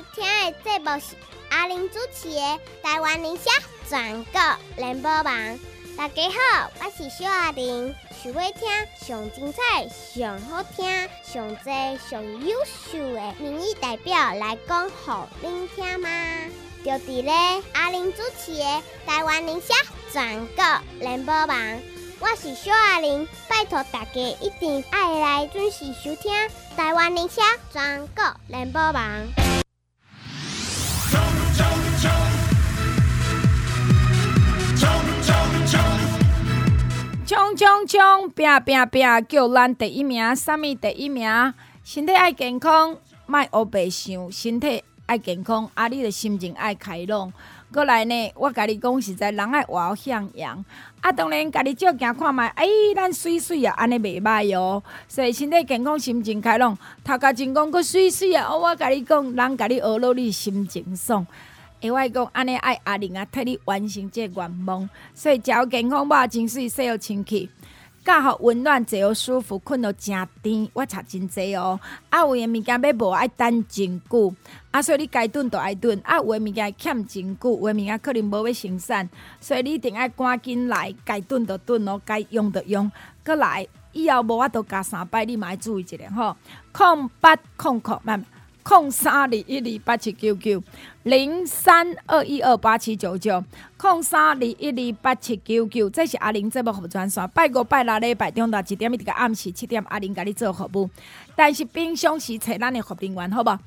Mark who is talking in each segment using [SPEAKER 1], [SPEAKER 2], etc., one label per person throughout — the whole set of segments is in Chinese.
[SPEAKER 1] 听的节目是阿玲主持的《台湾理想全国联播网》。大家好，我是小阿玲。想要听上精彩、上好听、上多、上优秀的民意代表来讲给您听吗？就伫咧阿玲主持的《台湾理想全国联播网》。我是小阿玲，拜托大家一定要来准时收听台湾理想全国联播网。
[SPEAKER 2] 冲，拼，叫咱第一名。啥物第一名？身体爱健康，莫黑白想。身体爱健康，你的心情爱开朗。过来呢，我甲你讲实在，人爱活向阳。当然，家己照镜看卖，咱水水啊，安尼袂歹哦。所以身体健康，心情开朗，头壳真讲佫水水啊。我甲你讲，人甲你学落，你心情爽。我讲安尼爱阿玲啊，替你完成这个愿望。所以食好健康饱，真水，洗好清气。觉好温暖，坐好舒服，困到真甜，我查真济哦。有诶物件要无爱等真久，所以你该炖就爱炖。有诶物件欠真久，有诶物件可能无要生产，所以你一定爱赶紧来，该炖就炖哦，该用就用。过来以后无法度加3摆，你嘛要注意一下吼。032128799032128799，0321287990，这是阿玲节目服务专线。拜5拜6礼拜中昼1点一直到暗时7点，阿玲甲你做服务。但是平常时找咱的服务人员，好无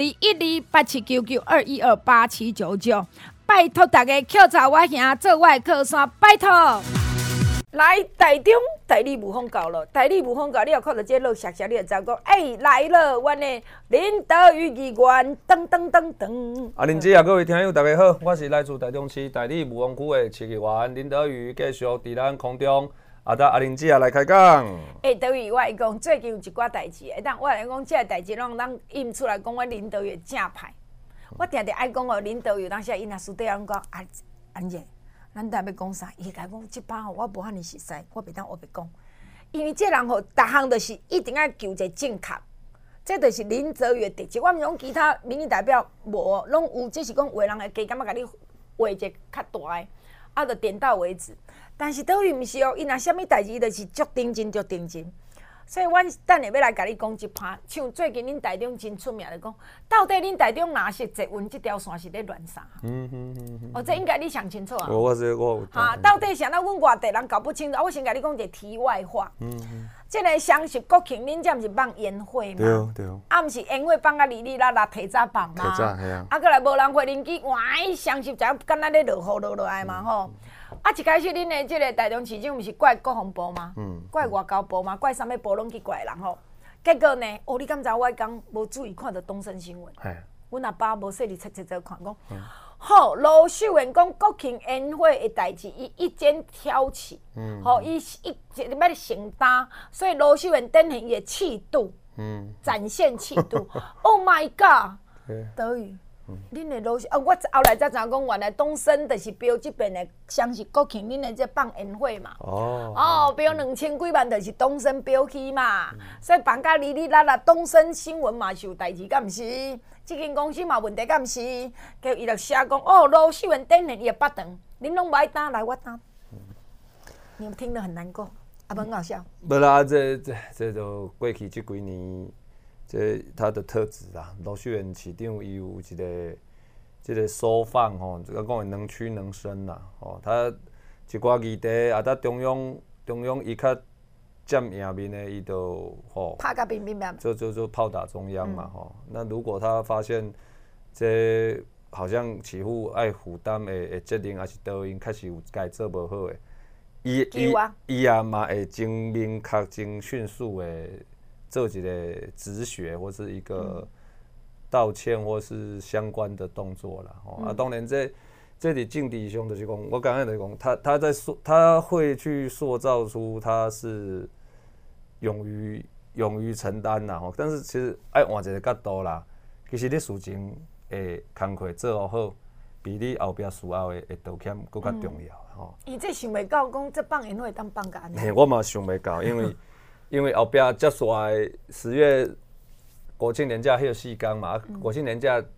[SPEAKER 2] ？21287992128799，拜托大家扣查我兄做我的靠山，拜托。来台中，台里无风到了。台里无风到，你要看到这落石，你就知讲，来了，阮的林德宇议员，噔噔噔噔。
[SPEAKER 3] 阿玲姐啊，各位听友大家好，我是来自台中市台里无风区的市议员林德宇，继续伫咱空中，阿玲姐来开讲。
[SPEAKER 2] 德宇，我会讲最近有一寡代志，但我来讲，这个代志拢咱印出来讲，我林德宇正派。我定定爱讲哦，林德宇当时因若输底人讲安姐。咱等下要讲啥？伊会甲讲，即摆吼，我无遐尼熟悉，我袂当学袂讲。因为这人吼，逐项就是一定要求一个正确，这就是林哲宇的特质。我毋讲其他民意代表无，拢有，只是讲有的人会加减仔甲你画一个较大的，就点到为止。但是德宇毋是哦，伊若啥物代志，伊就是足认真，足认真。所以，阮等下要来甲你讲一趴，像最近恁台中真出名的讲，到底恁台中哪是捷运这条线是咧乱啥？这应该你想清楚啊。
[SPEAKER 3] 我
[SPEAKER 2] 到底啥？阮外地人搞不清楚。我先甲你讲一个题外话。这个双十国庆，恁这毋是放烟火吗？
[SPEAKER 3] 对。
[SPEAKER 2] 毋是烟火放到2提早放嘛？
[SPEAKER 3] 提早系啊。
[SPEAKER 2] 过来无人回恁机，哇！双十才敢若咧落雨落来嘛吼。一开始恁的这个台中市长毋是怪国防部吗？怪外交部吗？怪啥物部拢去怪人吼。结果呢？你敢知我讲无注意看到东森新闻？阮阿爸无说你切看讲。好，卢秀燕讲国庆烟火的代志，伊一肩挑起，伊要承担，所以卢秀燕展现伊的气度，展现气度。Oh my god！ 德语。恁的卢秀我后来才知影讲，原来东森就是标这边的双十国庆，恁的这放烟火嘛。标2000几万，就是东森标起嘛。所以放甲啦，东森新闻嘛是有代志，敢毋是？这间公司嘛问题，敢毋是？叫伊就写讲，卢秀燕展现伊的巴长，恁拢无爱打，来我打。你们听得很难过，很好笑。
[SPEAKER 3] 无啦，这就过去这几年。这他的特质啦，卢秀燕市长伊有这个收放吼，这个讲的能屈能伸啦，他一寡议题在中央伊较占赢面的，伊就
[SPEAKER 2] 拍甲平，
[SPEAKER 3] 就炮打中央嘛那如果他发现这好像似乎爱负担的责任，还是导因确实有该做无好的，伊也嘛会真明确、真迅速的。做一个止血或是一个道歉或是相关的动作啦，当然这里政治上就是讲，我刚才就是讲，他会去塑造出他是勇于承担啦，但是其实爱换一个角度啦，其实你事情的工课做好，比你后壁事后的道歉更加重要
[SPEAKER 2] 伊这想袂到讲这放烟火当放甲安尼。
[SPEAKER 3] 我嘛想袂到，因为后壁遮煞的10月国庆连假还有4天嘛，国庆连假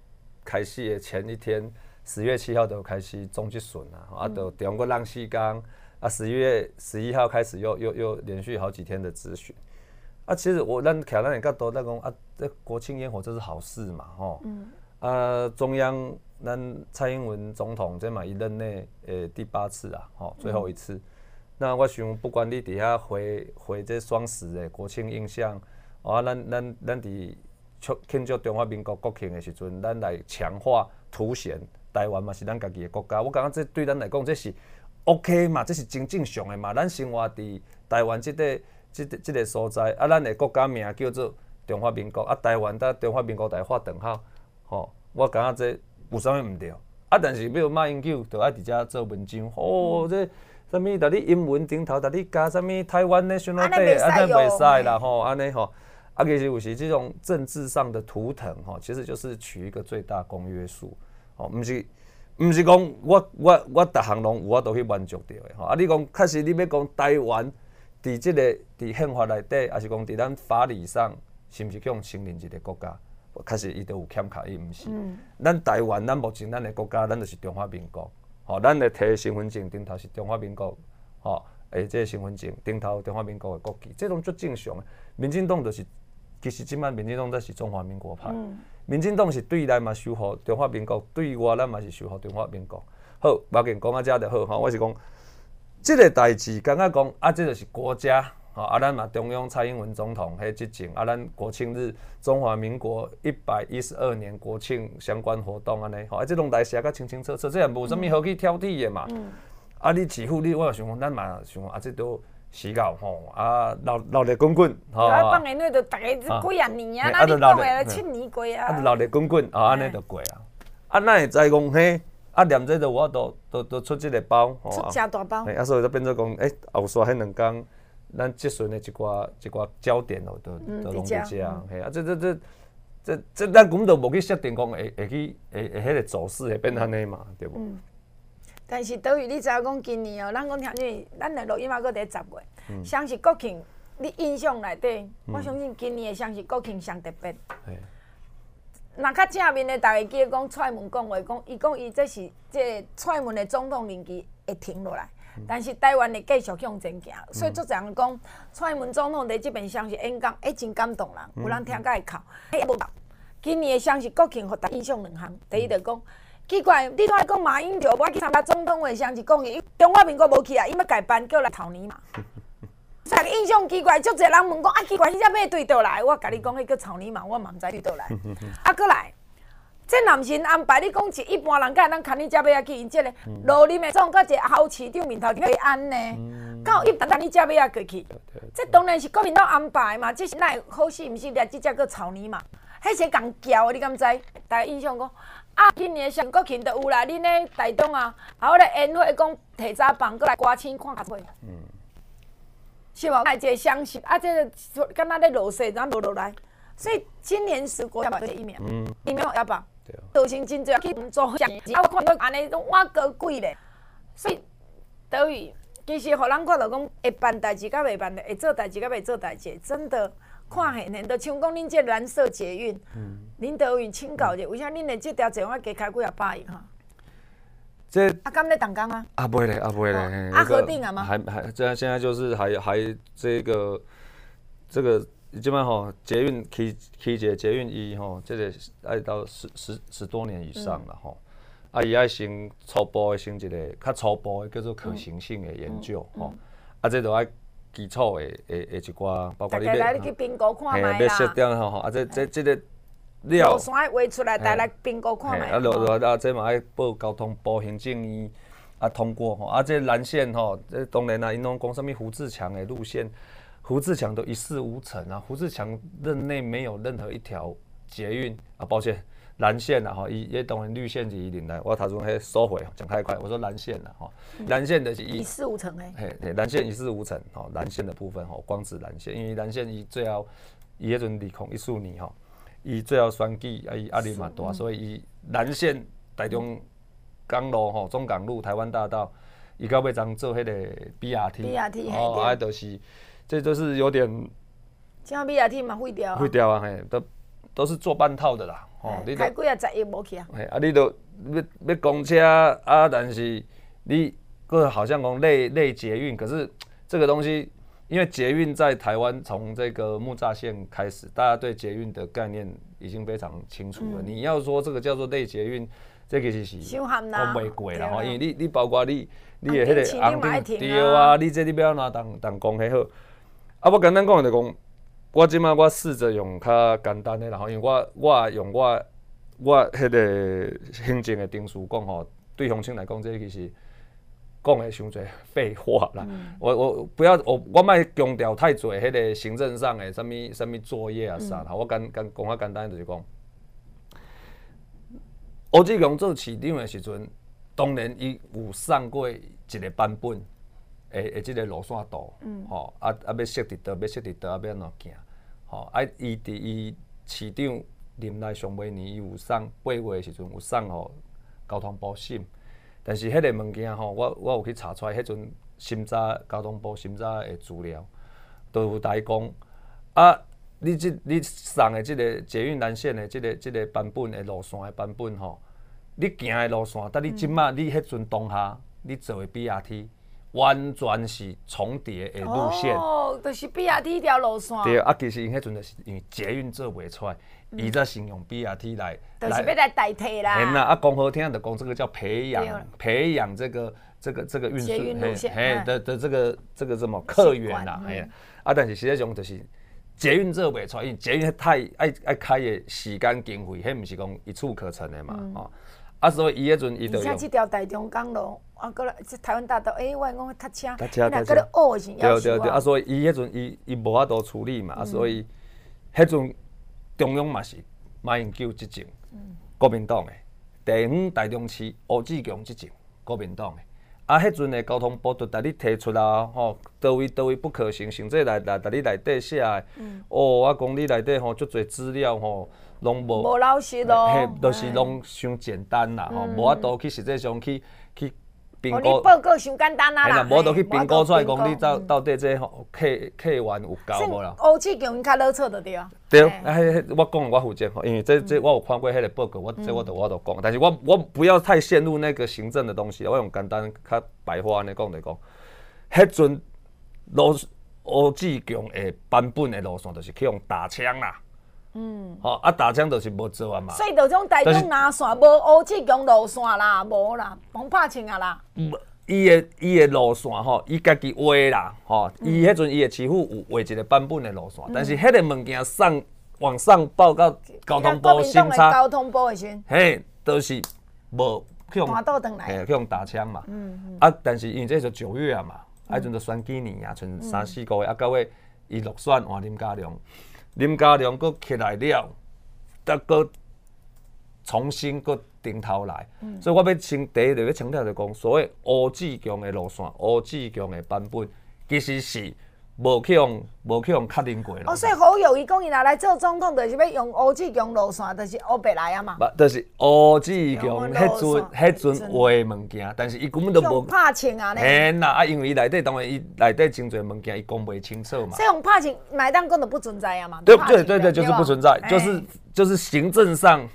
[SPEAKER 3] 开始的前一天，10月7号就开始总结顺啊，就中国让4天，啊11月11号开始又连续好几天的咨询。啊，其实咱徛咱的角度，咱讲啊，这国庆烟火这是好事嘛，吼。啊，中央咱蔡英文总统这嘛伊任内第8次啊，吼，最后一次。那我想，不管你底下回这双10的国庆印象，啊，咱伫庆祝中华民国国庆的时阵，咱来强化凸显台湾嘛是咱家己的国家。我感觉这对咱来讲这是 OK 嘛，这是真正常的嘛。咱生活伫台湾这个所在，啊，咱的国家名叫做中华民国，啊，台湾甲中华民国画等号，吼，我感觉这有啥物毋对？啊，但是比如马英九就爱伫遮做文章，哦，这啥物？甲你英文顶头，甲你加啥物台湾 national day， 啊，那袂使啦，吼，安尼吼。啊，其实有时这种政治上的图腾，吼，其实就是取一个最大公约数，吼，毋是讲我逐项拢有我都去满足着的，吼。啊，你讲确实你要讲台湾伫伫宪法内底，还是讲伫咱法理上，是毋是叫承认一个国家？确实伊都有欠缺，伊毋是。咱台湾，咱目前咱的国家，咱就是中华民国，吼，咱的摕身份证顶头是中华民国，吼，这个身份证顶头中华民国的国旗，这种足正常的。民进党就是。其实即摆民进党才是中华民国派，民进党是对内嘛守护中华民国，对外咱嘛是守护中华民国。好，无要紧讲啊，遮就好吼。我是讲，即个代志，感觉讲啊，这就是国家吼啊，咱嘛中央蔡英文总统迄执政啊，咱国庆日中华民国112年国庆相关活动安尼吼，啊，这拢来写甲清清楚楚，这也无啥物好去挑剔的嘛。啊，你似乎你我想讲，咱嘛想讲啊，这都。时候吼啊，闹热滚滚吼，
[SPEAKER 2] 啊，放下那就大家几啊年啊，那你讲的7年过啊，
[SPEAKER 3] 啊，闹热滚滚啊，安尼就过啊。啊，咱会知讲嘿，啊，念这个我都出这个包，
[SPEAKER 2] 出真大包。
[SPEAKER 3] 啊，所以就变做讲，后续迄2天，咱即阵的一寡焦点哦，都拢伫遮，嘿啊，这咱根本就无去设定讲会迄个走势会变安尼嘛，对无？
[SPEAKER 2] 但是倒位，你知影讲今年哦，咱讲听见，咱的录音嘛，搁伫10月，双十国庆，你印象内底，我相信今年的双十国庆上特别。若较正面的，大家记得讲蔡文讲话，伊讲伊这是这蔡文的总统任期会停落来，但是台湾会继续向前行。所以足侪人讲蔡文总统伫即边双十演讲，真感动人，有人听甲会哭。无今年的双十国庆，互大家印象2项，第一就讲。奇怪，你拄仔讲马英九无去参加总统的双十国庆，中华民国无去啊，伊要改班叫来头年嘛。大家印象奇怪，足侪人问讲啊，奇怪，迄只马对倒来？我甲你讲，迄叫草泥嘛，我嘛毋知对倒来。啊，过来，这若毋是安排，你讲是一般人，甲咱牵你只马去，因即个罗林的总甲一个侯市长面头前会安呢？到一单你只马过去，这当然是国民党安排嘛，这是哪会好势？毋是掠即只叫草泥嘛？迄是共叫的，你敢知？大家印象讲。啊，今年上国庆就有啦，恁咧台东啊，啊，我咧宴会讲提早放过来刮青看咖啡，是无？来一个相信啊，这个敢若咧落雪，然后无落来，所以今年是国家嘛疫苗，疫苗要放，造成真侪去做相，啊，我看到安尼都挖高贵咧，所以等于其实互人看到讲会办代志，甲袂办的，会做代志，甲袂做代志，真的。看现现，就像讲恁这蓝色捷运，恁德云请教者，为啥恁的这条捷运加开几啊百亿哈？
[SPEAKER 3] 这
[SPEAKER 2] 啊，敢咧动工啊？
[SPEAKER 3] 啊，不会嘞，
[SPEAKER 2] 啊，核定了吗？
[SPEAKER 3] 还现在就是还这个基本吼捷运起捷捷运1吼，这个爱到10多年以上了吼。啊，伊爱先初步的先一个较初步的叫做可行性的研究吼。啊，这都爱。基础的一寡，包括你
[SPEAKER 2] 要去评估看卖啦。
[SPEAKER 3] 要设定吼，啊，这个了。
[SPEAKER 2] 路线画出来，大家来评估看卖。
[SPEAKER 3] 啊，这嘛爱报交通部行政院啊通过吼，啊，这蓝线吼，这当然啦，因拢讲什么胡志强的路线，胡志强都一事无成啊，胡志强任内没有任何一条捷运啊，抱歉。蓝线啦吼，伊当然绿线是伊领来，我头先迄收回讲太快，我说蓝线啦吼，蓝线的是
[SPEAKER 2] 一事无成
[SPEAKER 3] 嘿，蓝线一事无成吼，蓝线的部分吼，光指蓝线，因为蓝线伊最后伊迄阵2014年吼，伊最后选举啊伊压力嘛大，所以伊蓝线台中港路吼，中港路、台湾大道，伊到尾张做迄个 BRT 哦，啊，就是这就是有点，
[SPEAKER 2] 像 BRT 嘛废掉啊，
[SPEAKER 3] 废掉啊嘿，都。 都是做半套的啦。
[SPEAKER 2] 你开几啊10亿无去啊？
[SPEAKER 3] 你都要公车啊，但是你个好像讲类捷运，可是这个东西，因为捷运在台湾从这个木栅线开始，大家对捷运的概念已经非常清楚了。你要说这个叫做类捷运，这个是
[SPEAKER 2] 讲
[SPEAKER 3] 袂过啦，因为你包括你的迄个红灯对啊，你这你要哪当讲迄好。啊，我简单讲就讲，我即摆我试着用较简单的啦，因为我用我迄个行政的定数讲吼，对乡亲来讲，这其实讲的伤侪废话啦。我不要我莫强调太侪迄个行政上的什么作业啊啥啦。我讲较简单就是讲，吴志强做市长的时阵，当然伊有送过一个版本。即个路线图，要设伫倒，要设伫倒，要安怎行，伊伫伊市长任内上半年，伊有送8月的时阵有送互交通部审，但是迄个物件我有去查出来，迄阵审查交通部审查的资料，都有台讲你送的即个捷运南线的即个版本的路线的版本你行的路线，但你即马你迄阵当下你做的 BRT。完全是重叠的路线，
[SPEAKER 2] 就是BRT 条路线。
[SPEAKER 3] 对，其实因迄阵就是因为捷运做袂出来，伊才先用 BRT 来，
[SPEAKER 2] 就是要来代替啦。
[SPEAKER 3] 嘿呐，讲好听就讲这个叫培养这个运输的这个什么客源啦，但是实际上就是捷运做袂出来，因为捷运太爱开的时间经费，迄毋是讲一触可成的嘛，所以伊迄阵伊就用。
[SPEAKER 2] 而且这条台中港路。过来，台湾大道，我讲读车，你若搁咧学是要求
[SPEAKER 3] 对，所以伊迄阵伊无法度处理嘛，所以迄阵中央嘛是马英九执政，国民党的地方台中市吴志强执政，国民党的迄阵的交通部就带你提出啦，倒位不可行，甚至来你内底写的，我讲你内底足侪资料拢无
[SPEAKER 2] 老实咯，
[SPEAKER 3] 就是拢伤简单啦，无法度去实际上去。
[SPEAKER 2] 你报告伤简单啊啦，
[SPEAKER 3] 无就去评估出来讲你到底这客源有够无啦？
[SPEAKER 2] 吴志强较老错就对啊。
[SPEAKER 3] 对，我讲我负责，因为这我有看过迄个报告，我都讲，但是我不要太陷入那个行政的东西，我用简单较白话安尼讲就讲，迄阵吴志强的版本的路线就是去用打枪啦。打枪就是无做啊嘛。
[SPEAKER 2] 所以就种台中南线无吴志强路线啦，无啦，黄柏清啊啦。
[SPEAKER 3] 伊的路线伊家己画啦，伊迄阵伊的市府有画一个版本的路线，但是迄个物件往上报到交通部审查。
[SPEAKER 2] 交通部的时，
[SPEAKER 3] 都是无去用去用打枪嘛。但是因为这就9月啊嘛，迄阵就选几年啊，剩3-4个月，到尾伊落选换林佳龙佫起来了，再佫重新佫顶头来，所以我要第一就要强调就讲，所谓吴志强的路线、吴志强的版本，其实是无去用确认过咯。
[SPEAKER 2] 所以侯友宜讲伊若来做总统，就是要用吴志强路线，就是黑白来啊嘛。
[SPEAKER 3] 就是吴志强迄阵画的物件，但是伊根本都无。
[SPEAKER 2] 拍清啊！
[SPEAKER 3] 嘿啦，因为伊内底当然伊内底真侪物件伊讲袂清楚嘛。
[SPEAKER 2] 所以用拍清，买单根本不存在啊嘛。
[SPEAKER 3] 对，就是不存在，就是行政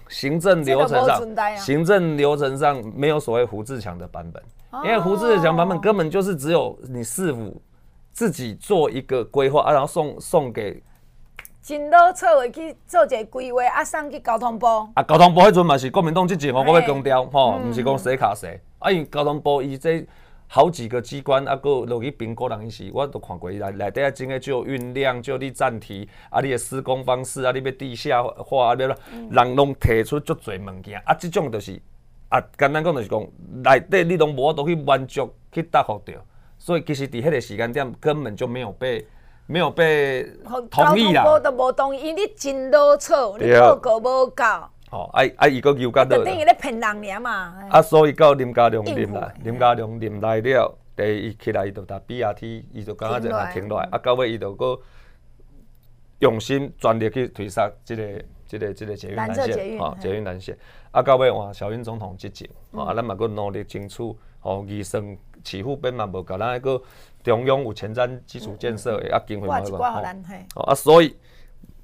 [SPEAKER 3] 流程上没有所谓胡志强的版本，因为胡志强版本根本就是只有你市府自己做一个规划然后送给。
[SPEAKER 2] 真老错的去做一个规划，送去交通部。
[SPEAKER 3] 交通部迄阵嘛是国民党执政我要强调毋是讲谁卡谁。因为交通部伊这好几个机关佫落去评估人伊时，我都看过伊内底真诶就运量，就你站体，你的施工方式你要地下化你要人拢提出足侪物件即种就是简单讲就是讲内底你拢无法度去满足去答复到，所以其实伫迄个时间点根本就没有被同意啦。
[SPEAKER 2] 交通部都无同意，因你真老错，你报告无够。
[SPEAKER 3] 伊佫纠结落。
[SPEAKER 2] 等于咧骗人尔嘛。
[SPEAKER 3] 所以到林佳龙任来了，伊起来伊就搭 BRT， 伊就刚刚就停落来，到尾伊就佫用心全力去推杀这个捷运南线，捷运南线。到尾换小英总统执政，咱嘛佫努力争取，预算市府本嘛无够，咱佫中央有前瞻基础建设的，经费嘛无够。所以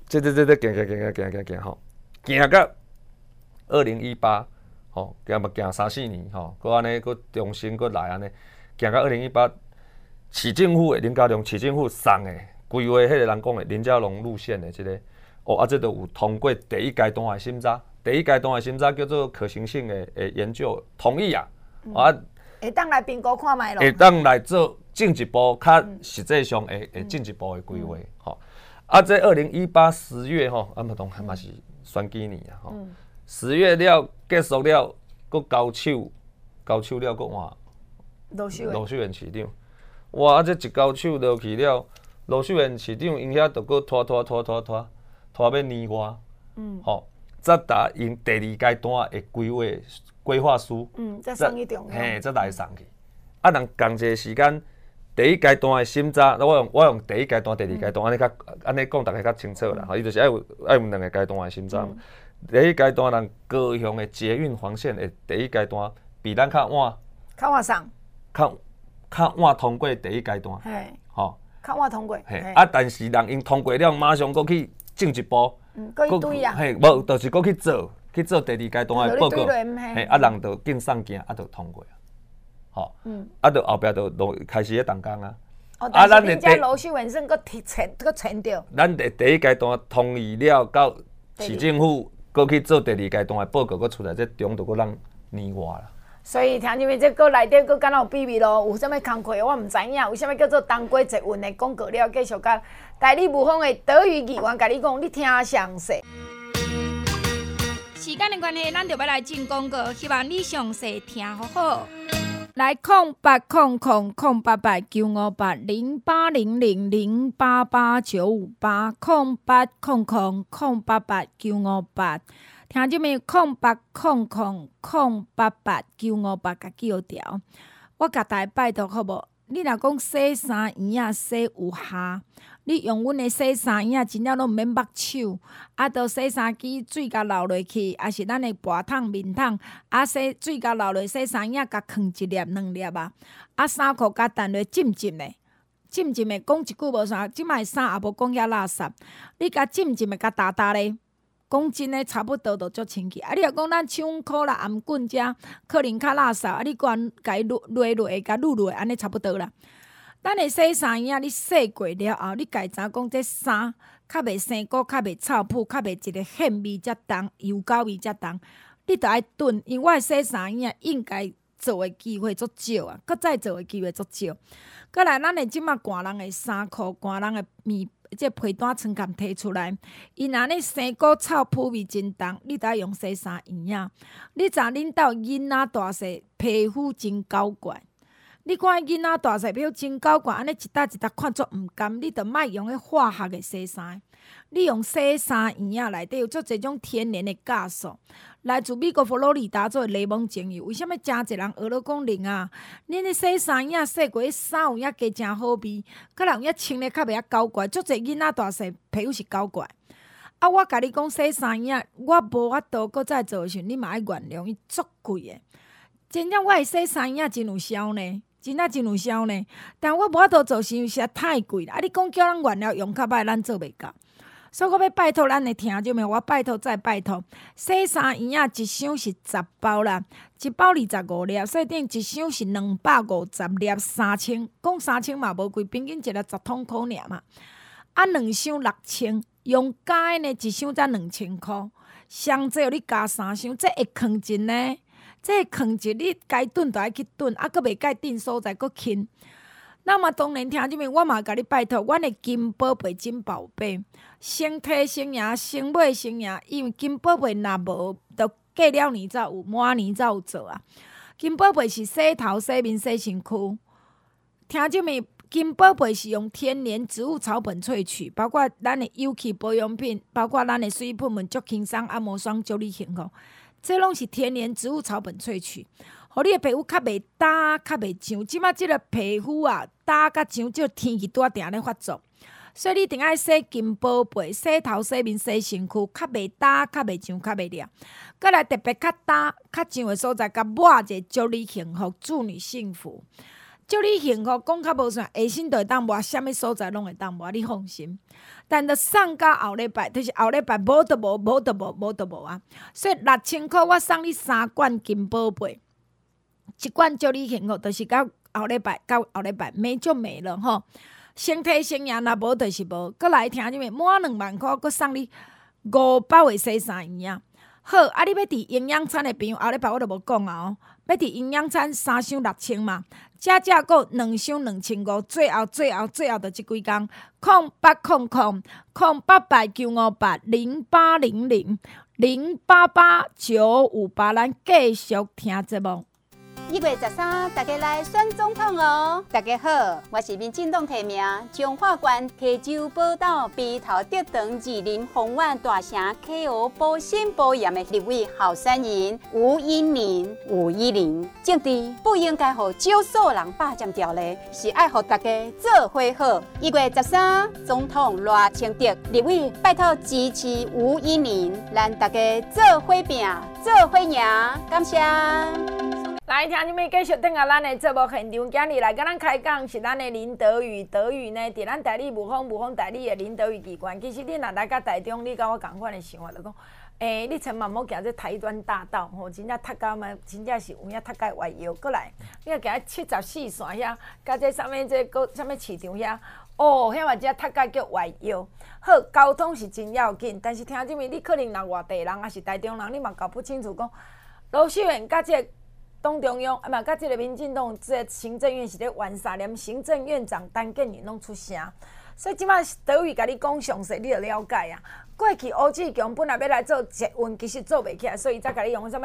[SPEAKER 3] 这行吼，行到2018，吼，行嘛行3-4年吼，佮安尼佮重新佮来安尼，行到2018，市政府的林佳龙市政府送的规划，迄个人讲的林佳龙路线的这个，这都有通过第一阶段的审查，第一阶段的审查叫做可行性的研究，同意啊，
[SPEAKER 2] 会当来评估看卖咯，
[SPEAKER 3] 会当来做进一步，较实际上会进一步的规划，吼。这2018 10月吼，嘛是选举年啊，吼，10月了结束了，佮交手了，佮换罗秀燕市长。哇！这一交手落去了，罗秀燕市长因遐就佮拖要年外，吼，再打因第2阶段的规划书，
[SPEAKER 2] 再送去中央，
[SPEAKER 3] 再来送去。人同一个时间，第1阶段的审查，我用第1阶段、第2阶段安尼讲，大家较清楚啦。伊就是爱有2个阶段的审查嘛。第1阶段人高雄的捷运黄线的第1阶段比咱较晚送，较晚通过第1阶段，吼，
[SPEAKER 2] 较晚通过，
[SPEAKER 3] 但是人因通过了，马上佮去进一步，
[SPEAKER 2] 佮去追啊，
[SPEAKER 3] 无，就是佮去做第2阶段的报告，人就竞送件，就通过啊，吼，就后壁就开始咧动工啊。
[SPEAKER 2] 但是恁遮罗秀燕算佮签着，
[SPEAKER 3] 咱第1阶段同意了，到市政府佮去做第2阶段的报告，佮出来，这中就佮咱年外啦。
[SPEAKER 2] 所以听入面这个内底个敢若有秘密咯，有啥物工课我毋知影，为啥物叫做当归捷运的广告了，继续甲台理部方的德语议员甲你讲，你听详细。
[SPEAKER 4] 时间的关系，咱就要来进广告，希望你详细听好好。来0800-088958，0800-088958，0800-088958。听众们，0800-088958，甲记条。我甲大家拜托好无？你若讲洗衫衣洗有效，你用阮的洗衫衣真正拢毋免目手，倒洗衫机水甲流落去，还是咱的盘桶、面桶，洗水甲流落洗衫衣，甲放1粒、2粒衫裤甲淡落浸的，讲一句无啥，即摆衫也无讲遐垃圾，你甲浸的甲打咧。讲真诶，差不多就足清气。你若讲咱抢裤啦、颔棍遮可能较垃圾，你甲伊捋甲捋落，安尼差不多啦。咱的洗衫衣你洗过了后，你家知讲这衫较袂生菇、较袂臭扑、较袂一个腥味遮重、油膏味遮重，你着爱炖。因为我的洗衫衣应该做诶机会足少啊，搁再做诶机会足少。搁来，咱的即马寒人的衫裤、寒人的这被单床甲摕出来，伊若呢生菇臭扑味真重，你着爱用洗衫衣啊。你知恁兜囡仔大细皮肤真高怪，你看囡仔大细皮肤真高怪，安尼一搭看作毋甘，你着莫用迄化学的洗衫，你用洗衫衣内底有足侪种天然的酵素。来自美国佛罗里达做柠檬精油，为什物真侪人学了讲灵啊？恁咧洗衫衣洗过，迄衫有遐加真好味，佮人遐穿咧较袂遐高怪，足侪囡仔大细皮肤是高怪。我甲你讲洗衫衣，我无法度搁再做的时候，你嘛爱原谅，伊足贵的。真正我的洗衫衣真有销呢，真有销呢。但我无法度做，是因为实在太贵了。你讲叫咱原谅用较歹，咱做袂到。所以我要拜托咱的听众们，我拜托再拜托，洗衫衣一箱是10包啦，一包25粒，说顶一箱是250粒，3000，讲3000嘛无贵，平均一个10桶块尔嘛。2箱6000，用加呢一箱才2000块，上济你加3箱，这会坑钱呢？这会坑钱，你该炖就爱去炖，搁袂该炖所在搁轻。那么当然，听众们，我嘛甲你拜托，阮的金宝贝、金宝贝，身体生涯、生买生涯，因为金宝贝若无，就过了年才有，满年才有做啊。金宝贝是洗头、洗面、洗身躯。听众们，金宝贝是用天然植物草本萃取，包括咱的有机保养品，包括咱的水喷门、足轻松按摩霜、祝你幸福，这拢是天然植物草本萃取。互你的皮肤较袂干、较袂痒，即马即个皮肤啊，干甲痒，即个天气拄定咧发作，所以你一定爱洗金宝贝，洗头、洗面、洗身躯，较袂干、较袂痒、较袂凉。搁来特别较干、较痒的所在，甲抹者祝你幸福，祝你幸福。 祝你幸福，讲较无啥，下身就会当抹，啥物所在拢会当抹，你放心。但着送到后礼拜，就是后礼拜无就无，无就无，无就无啊。所以6000块，我送你3罐金宝贝，一罐祝你幸福，就是到后礼拜，没就没了吼。身体先赢，若无就是无。搁来听什么？满2万块，搁送你500个洗衫衣啊！好，啊，你要伫营养餐的朋友，后礼拜我就无讲啊哦。要伫营养餐3箱6000嘛，遮个2箱2500，最后就即几工0800-0808-0800-088958，咱继续听节目。
[SPEAKER 5] 1月13，大家来选总统哦！大家好，我是民进党提名彰化县溪州宝岛鼻头竹塘二林丰苑大城 KO 保心保严的立委候选人吴依林，政治不应该互少数人霸占掉的，是爱互大家做伙好。1月13，总统赖清德立委拜托支持吴依林，咱大家做伙拼，做伙赢，感谢。
[SPEAKER 2] 来听你们继续等下咱的节目现场，今日来甲咱开讲是咱的林德宇，德宇呢伫咱台里无风台里的林德宇机关。其实你若来甲台中，你甲我共款的想法，就讲，你千万莫行这台端大道吼，真正读到嘛，真正是有影读到外腰。过来，你若行74线遐，甲这啥物这个啥物市场遐，遐嘛只读到叫外腰。好，交通是真要紧，但是听这面你可能若外地人，还是台中人，你嘛搞不清楚讲，卢秀燕甲这党中央嘛，甲即个民进党即个行政院是咧完善，连行政院长陈建仁拢出声，所以即摆德宇甲你讲详细，你就了解啊。过去吴志强本来要来做捷运，其实做袂起来，所以才甲你用啥物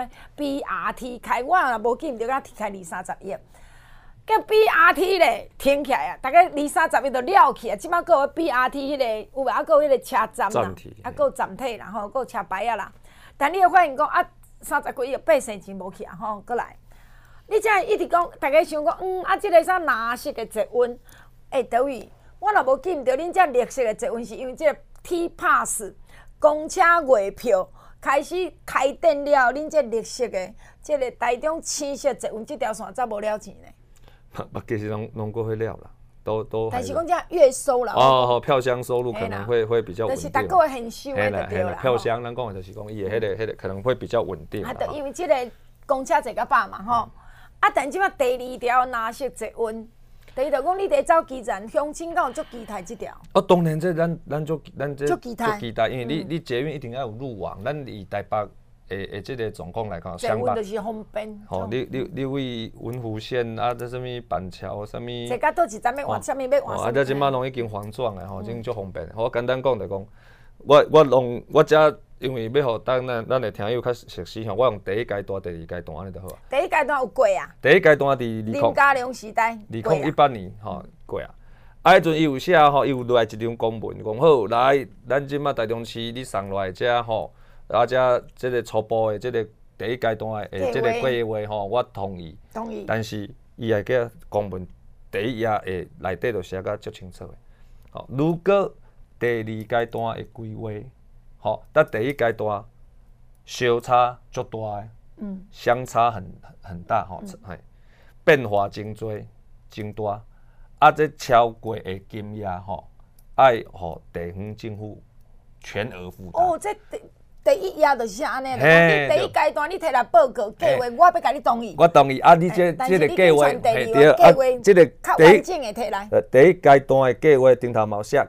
[SPEAKER 2] BRT 开，我若无记毋着甲开20-30亿，叫 BRT 咧停起来啊！大概20-30亿就了去啊！即摆佫有 BRT 迄个有啊，佫有迄个车站啦，啊，佫有站体啦，吼，佫有车牌啊啦。但你会发现讲啊，30几亿百姓钱无去啊，吼，佫来。你才一直讲，大家想讲，即个啥蓝色的捷运，德宇，我若无记毋着，恁这绿色的捷运是因为这个 T-Pass 公车月票开始开展了，恁这绿色的，这个台中青色捷运这条线才无了钱呢。
[SPEAKER 3] 其实拢过会了啦，都。
[SPEAKER 2] 但是讲这月收啦。
[SPEAKER 3] 票箱收入可能会比较稳定。
[SPEAKER 2] 就是大个月现收的就对啦。
[SPEAKER 3] 票箱咱讲的就是讲，伊的迄个可能会比较稳定。
[SPEAKER 2] 就因为这个公车坐较饱嘛，吼。但即摆第2条蓝色捷运，第一条讲你得走基站，乡亲敢有足期待即条。
[SPEAKER 3] 当然这咱这
[SPEAKER 2] 足期待，
[SPEAKER 3] 因为你捷运一定要有路网，咱以台北的这个状况来讲，
[SPEAKER 2] 捷运就是方便。
[SPEAKER 3] 你为文湖线啊，这什么板桥什么，
[SPEAKER 2] 坐到倒一站要换什么要换什么。
[SPEAKER 3] 这即摆拢已经黄状的吼，真足方便。我简单讲就讲，我遮。因为要互咱的听友较熟悉吼，我用第1阶段、第2阶段安尼就好啊。
[SPEAKER 2] 第1阶段有过啊。
[SPEAKER 3] 第1阶段伫
[SPEAKER 2] 林佳龙时代。
[SPEAKER 3] 2018年吼过啊。迄阵伊有写吼，伊有落来一张公文，讲好来，咱即马台中市你送落来遮吼，遮即个初步的即个第1阶段的即个计划吼，我同意。但是伊还个公文第1页的内底就写甲足清楚的。好，如果第2阶段的规划。好，但第1阶段相差足大的，相差很大吼，变化真多真大，这超过的金额吼，爱互地方政府全额负担。
[SPEAKER 2] 这第1页就是安尼啦。你第1阶段你摕来报告计划，我要甲你同意。
[SPEAKER 3] 我同意你这个计划，
[SPEAKER 2] 这个较完整的摕来。
[SPEAKER 3] 第1阶段的计划顶头嘛写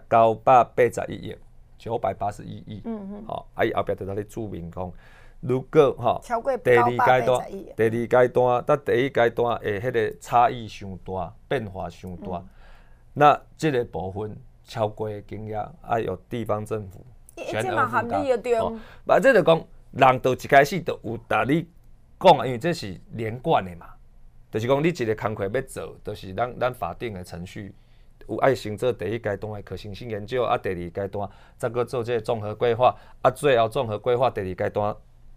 [SPEAKER 3] 981亿。981亿，伊后壁就在咧注明讲，如果第2阶段，但第1阶段的迄个差异伤大，变化伤大，那这个部分超过的金额，爱由地方政府全额负担。这就讲，人就一开始就有甲你讲啊，因为这是连贯的嘛，就是讲你一个工课要做，就是咱法定的程序。有爱先做第1阶段的可行性研究，第2阶段再搁做这个综合规划，最后综合规划第2阶段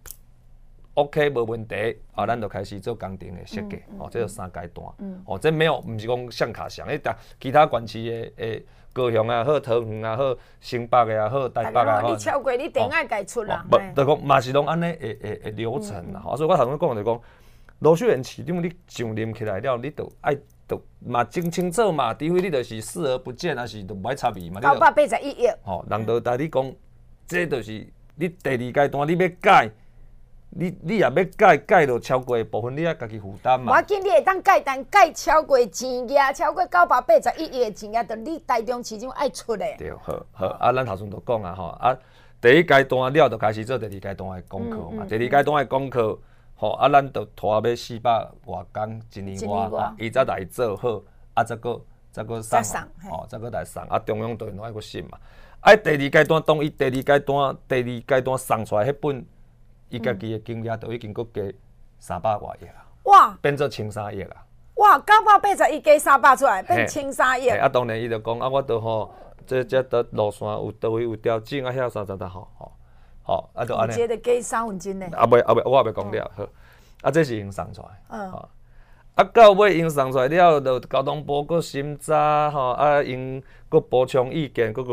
[SPEAKER 3] OK 无问题，咱就开始做工程的设计，这就3阶段。这没有，毋是讲像卡像，其他县市的高雄啊好、桃园啊好、新北的啊好、台北啊好。
[SPEAKER 2] 你超过你电爱改出啦。
[SPEAKER 3] 就讲嘛是拢安尼的流程啦，所以我头先讲就讲，卢秀燕市长你上任起来了，你就爱都嘛真清楚嘛，除非你就是视而不见，还是都唔爱插伊嘛。
[SPEAKER 2] 981亿。
[SPEAKER 3] 吼，人就带你讲，这就是你第2阶段你要改，你也要改到超过的部分，你也家己负担嘛。
[SPEAKER 2] 我见你会当改，但改超过钱额，超过981亿的钱额，就你台中市政府爱出的。
[SPEAKER 3] 对，好，啊，咱头先就讲啊，吼，啊，第1阶段了，就开始做第2阶段的功课嘛。第2阶段的功课，吼，啊，咱就拖要400外工，1年外，伊才来做好，啊，再个送，吼，再个来送，啊，中央当然爱个审嘛。啊，第2阶段当伊第2阶段送出来迄本。伊家己的金额都已经搁加300外亿啦，
[SPEAKER 2] 哇，
[SPEAKER 3] 变做13亿啦。
[SPEAKER 2] 哇，981亿加300出来，变13亿。
[SPEAKER 3] 啊，当然伊就讲啊，我都吼，这得路线有倒位有调整啊，遐啥吼，啊就安尼。
[SPEAKER 2] 这个加1/3呢。
[SPEAKER 3] 啊袂，我也袂讲了，好，啊这是因送出来，啊到尾因送出来了，就交通部搁审查吼，啊因搁补充意见，搁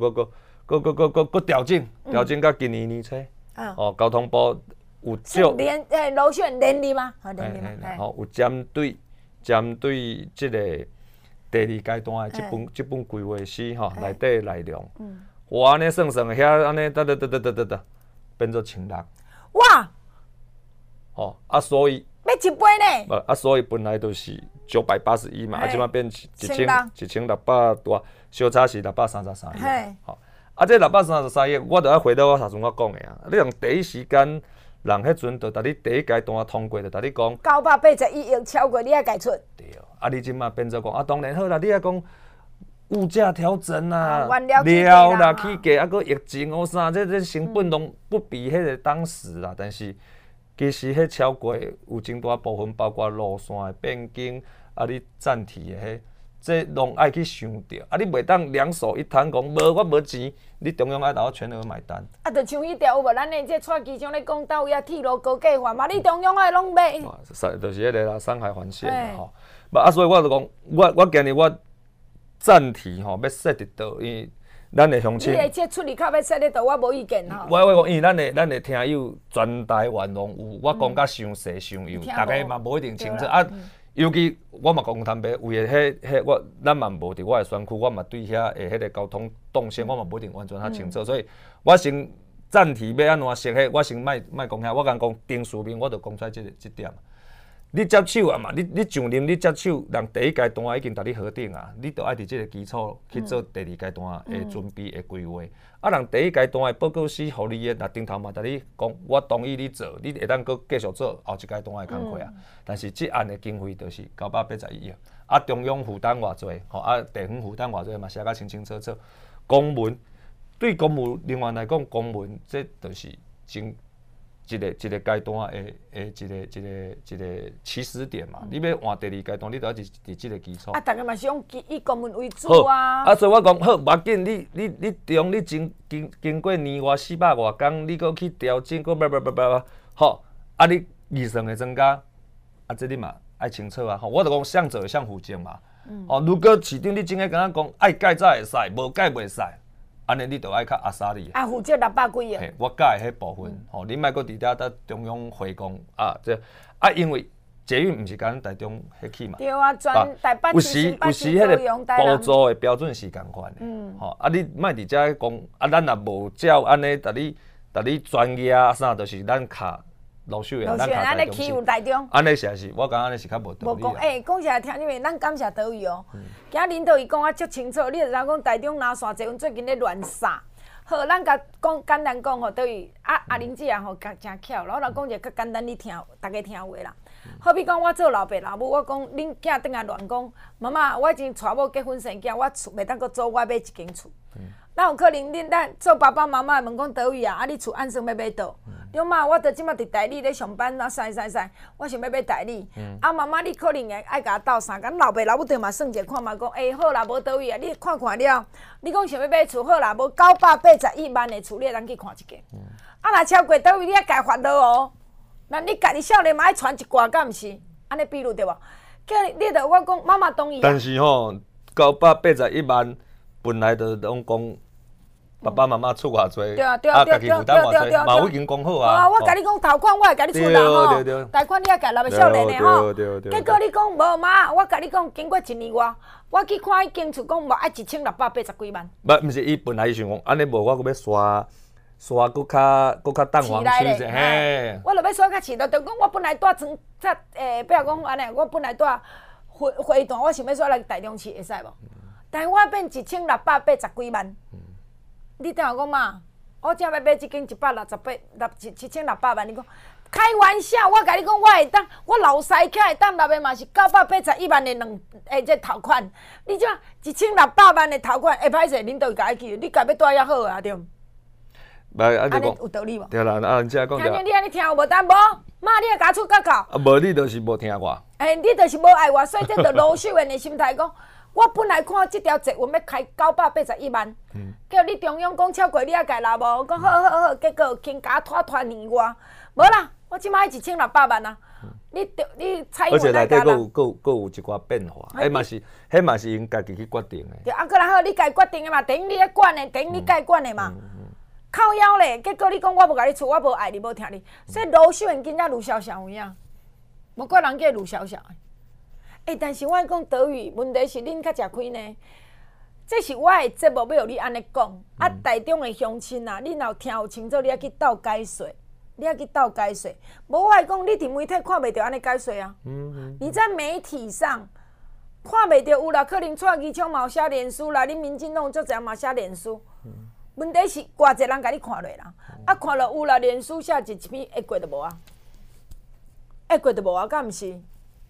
[SPEAKER 3] 调整到今年年初。哦，交通部有少
[SPEAKER 2] 路线连立吗？好连立吗？
[SPEAKER 3] 好，有针对即个第2阶段的即本规划书吼内底内容，我安尼算遐安尼得变做1,600。
[SPEAKER 2] 哇！
[SPEAKER 3] 哦，啊所以
[SPEAKER 2] 要1倍呢？
[SPEAKER 3] 啊所以本来都是981嘛，啊即摆变1600多，相差是633亿。好。啊，这633亿，我就要回到我头先我讲的啊。你用第一时间，人迄阵就甲你第1阶段通过，就甲你讲
[SPEAKER 2] 981亿超过，你爱改出。
[SPEAKER 3] 对，啊，你即马变做讲啊，当然好啦，你爱讲物价调整啦，
[SPEAKER 2] 料
[SPEAKER 3] 啦起价，啊，搁疫情哦啥，这成本拢不比迄个当时啦。但是其实迄超过有真大部分，包括路线的变更，啊，你暂停的迄。这拢爱去想着，啊！你袂当两手一摊讲，无我无钱，你中央爱甲我全额买单。
[SPEAKER 2] 啊，就像迄条有无？咱的这蔡机长咧讲到遐铁路高架化嘛，你中央爱拢买。
[SPEAKER 3] 就是迄个啦，上海环线啦吼。啊，所以我就讲，我今日我暂停吼，要设伫倒，因为咱的乡亲。
[SPEAKER 2] 你的这出入口要设伫倒，我无意见吼。
[SPEAKER 3] 我讲，因为咱的听友全台湾拢有，我讲甲伤细伤幼，大家嘛无一定清楚啊。尤其我嘛讲坦白，为了迄咱嘛无伫我的选区，我嘛对遐的迄个交通动线，我嘛无一定完全较清楚，所以我先暂停要安怎设迄，我先莫讲遐，我讲定书面，我就讲出来即点。你接手啊嘛，你上任你接手，人第1阶段已经甲你核定啊，你就爱伫即个基础去做第2阶段的准备的规划。啊，人第1阶段的报告书，互你的，那顶头嘛，甲你讲，我同意你做，你会当搁继续做后1阶段的工课啊。但是即案的经费就是981亿啊，中央负担偌济，吼啊，地方负担偌济嘛，写甲清清楚楚。公文对公务人员来讲，公文这就是真。一个阶段的一个起始点嘛，你要换第2阶段，你就要伫即个基础。
[SPEAKER 2] 啊，大家嘛是以公文为主啊。
[SPEAKER 3] 啊，所以我讲好，无要紧，你中你经过年外400外工，你搁去调整，搁好，啊你预算的增加，啊这你嘛爱清楚啊。吼，我就讲向者向负责嘛。哦，如果市长你真个敢讲爱改才会使，无改袂使。安尼你就爱较阿莎哩。
[SPEAKER 2] 啊，负责600几亿。
[SPEAKER 3] 嘿，我改迄部分，吼，你莫搁伫遐搭中央回讲啊，这啊，因为捷运毋是甲咱台中迄起嘛。
[SPEAKER 2] 对啊，全台北市
[SPEAKER 3] 有时迄个补助的标准是共款的。吼，啊，你莫伫遮讲，啊，咱也无照安尼，逐你专业啊啥，就是咱卡老秀的，
[SPEAKER 2] 咱卡欺负台中。
[SPEAKER 3] 安尼是，我感觉安尼是较无道理。
[SPEAKER 2] 无讲，讲起来听入去，咱感谢倒位哦。今领导伊讲啊，足清楚，你就知影讲台中拿线这阵最近咧乱撒。好，咱甲讲简单讲吼，倒位阿玲姐啊吼，真巧，然后来讲一个较简单，你听，大家听话啦。好比讲，我做老爸老母，我讲恁囝转来乱讲，妈妈，我已经带某结婚生囝，我厝袂当阁租，我买一间厝。咱有可能咱做爸爸妈妈问讲倒位啊？啊，你厝按算要买倒？对嘛？我著即马伫台里咧上班，啊，使，我想要买台里。啊，妈妈，你可能会爱甲我斗相共，老爸老母对嘛算者看嘛，讲好啦，无倒位啊，你看了，你讲想要买厝好啦，无981万的厝，你会当去看一间。啊，若超过倒位，你爱家烦恼哦。那你家己少年嘛爱传一寡，敢毋是？安尼比如对无？叫你著我讲，妈妈同意。
[SPEAKER 3] 但是吼，981万本来就拢讲。 爸爸妈妈出偌济，
[SPEAKER 2] 对啊，
[SPEAKER 3] 家己负担偌济，嘛有已经讲好啊。
[SPEAKER 2] 我甲你讲头款，我会甲你出啦吼。贷款你也甲纳少年的吼。结果你讲无妈，我甲你讲，经过1年外，我去看伊间厝讲无爱1680几万。
[SPEAKER 3] 毋是，伊本来想讲，安尼无我阁要刷搁较淡黄区者，嘿。
[SPEAKER 2] 我著要刷较市的，就讲我本来住比如讲安尼，我本来住花段，我想要刷来台中市会使无？但是我变1680几万。你听我讲嘛，我正要买即间1600万，你讲开玩笑，我甲你讲，我会当，我老师起会当纳的嘛是981万的这头款，你即1600万的头款会歹势，恁都会家己去，你家要住遐好啊，对毋？安尼有道理无？
[SPEAKER 3] 对啦，人家讲
[SPEAKER 2] 听你安尼听有无？但无，妈，你也甲出到到。
[SPEAKER 3] 无你就是无听我。
[SPEAKER 2] 你就是无爱我，所以这就卢秀媛的心态讲。我本来看这条节目要开981万，叫你中央讲超过你也改啦无？讲好，结果轻加拖年外，无啦，我即摆1600万啊！你蔡英文来加啦。
[SPEAKER 3] 而且内底佫有一寡变化，迄嘛是因家己去决定的。
[SPEAKER 2] 对，啊，搁然后你家决定的嘛，等于你咧管的，等于你家管的嘛。靠腰咧，结果你讲我无甲你处，我无爱你，无听你，所以卢秀媛今仔卢小小有影，无怪人叫卢小小的。但是我讲德语，问题是恁较食亏呢。这是我的节目要你安尼讲，台中的乡亲啊，恁若听有清楚，你要去斗解说，无我讲，你伫媒体看袂到安尼解说啊。你在媒体上看袂到，有啦，可能蔡其昌嘛有写脸书啦，恁民进党足侪嘛写脸书。问题是偌侪人甲你看落啦，看落有啦，脸书写一篇会过就无啊，敢毋是？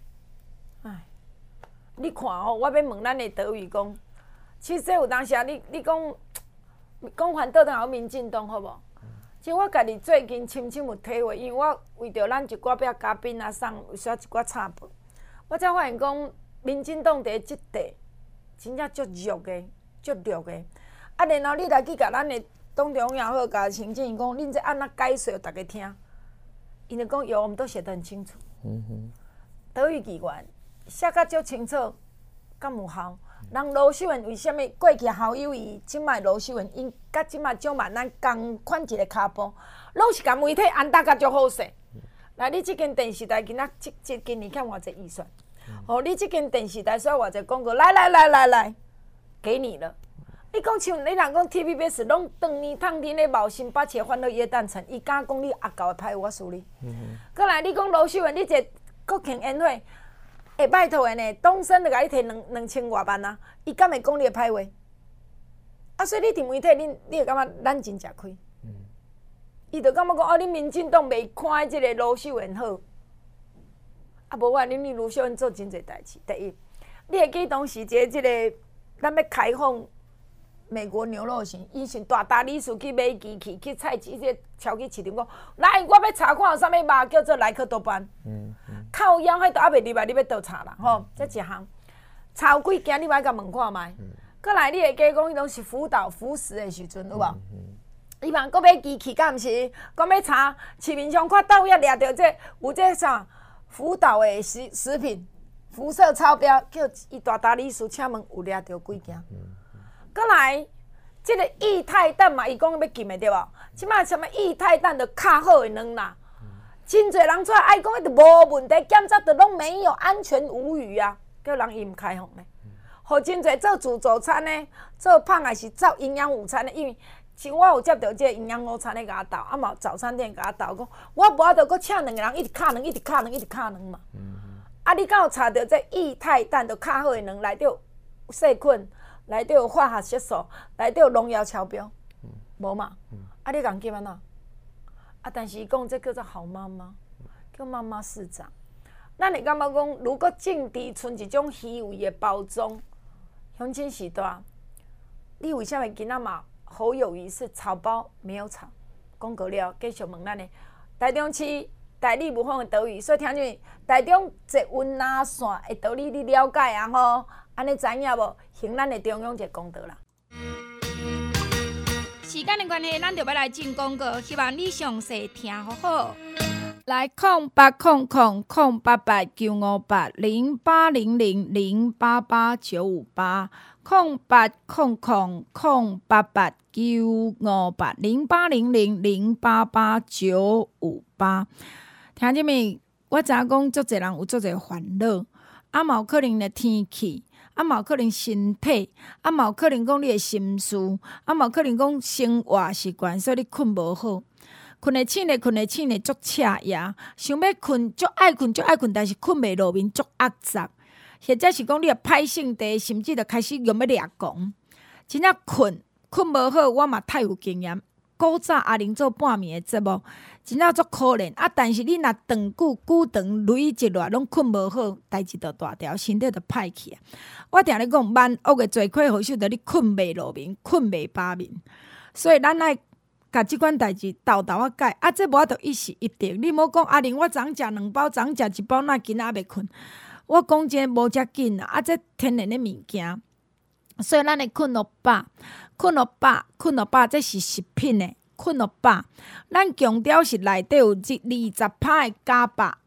[SPEAKER 2] 你看吼，我要问咱的德语讲，其实有当时啊，你讲反倒当有民进党好无？其实我家己最近深深有体会，因为我为着咱一寡别嘉宾啊送有需要一寡插播，我才发现讲民进党伫即地真正足弱的，然后你来去甲咱的党中央好，甲行政院讲，恁这安怎解说，大家听，因就讲有，我们都写得很清楚。德语语言。写甲足清楚，敢有效？人卢秀媛为虾米过去好友伊，即摆卢秀媛因甲即摆掌握咱同款一个骹步，拢是甲媒体安搭甲足好势。来，你即间电视台今仔今年欠偌济预算？你即间电视台需要偌济广告？来，给你了。你讲像你若讲 TVBS 拢当年烫天咧冒心把切欢乐耶诞城，伊敢讲你恶搞的歹我处理。过来，你讲卢秀媛，你一国庆宴会。拜托的呢，东升就甲你摕2000外万啊！伊敢会讲你的歹话？所以你伫媒体，你会感觉咱真吃亏。伊就感觉讲恁民进党袂看即个卢秀媛好。无我恁卢秀媛做真侪代志。第一，你会记当时即个咱要开放美国牛肉行，以前大大理事去买机器去菜市即超级市场讲，来，我要查看有啥物肉叫做莱克多巴胺。靠腰迄都还袂入来，你要倒查啦吼，这一项查有几件，你莫甲问看觅。过来，你会记讲，伊拢是辅导辅食的时阵，有无？伊嘛搁买机器，敢毋是？搁要查市面上看到遐掠着这有这啥辅导的食品辐射超标，叫伊大大理事请问有掠着几件？过来，这个液态氮嘛，伊讲要禁的对无？即摆什么液态氮的较好的卵啦。真侪人出来爱讲，迄就无问题，检查就拢没有安全无虞啊！叫人伊毋开放咧，互真侪做自助餐咧，做胖还是做营养午餐咧？因为像我有接到这营养午餐咧，甲我斗，嘛早餐店甲我斗讲，我无法度搁请2个人一直敲卵嘛。你敢有查到这液态氮就较好的卵，内底有细菌，内底有化学色素，内底有农药超标，无嘛？你共记安怎？但是伊讲这叫做好妈妈，叫妈妈市长。咱会感觉讲，如果政治剩一种虚伪的包装，乡亲时代，你为什么今仔嘛好友谊是草包没有草？讲过了，继续问咱的台中市代理部分的德语，所以听见台中捷运哪线的道理你了解啊吼？安尼知影无？行咱的中央一个公道啦。
[SPEAKER 4] 时间的关系，咱就要来进广告，希望你详细听好好。来0800-088-958 0800-088-958 0800-958-0800-0888-958。听姐妹，我知影讲足侪人有足侪烦恼，啊，嘛有可能咧天气，啊，嘛有可能身体，啊，嘛有可能讲你的心事，啊，嘛有可能讲生活习惯，所以你困无好。困会醒咧，足赤夜，想要困，足爱困，但是困袂落眠，足压杂。或者是讲你歹性地，甚至就开始用要抓狂。真正困无好，我嘛太有经验。古早阿玲做半暝的节目，真正足可怜啊！但是你若久累一落，拢困无好，代志就大条，身体就歹去啊！我定咧讲，万恶的罪魁祸首，就你困袂落眠，困袂饱眠。所以咱爱甲即款代志豆啊改啊，这无法度一时一定。你莫讲阿玲，我昨食2包，昨食1包，那今仔袂困。我讲真无遮紧啊！这天然的物件，所以咱会困落饱，这是食品的困落饱。咱强调是内底有20%的钾钋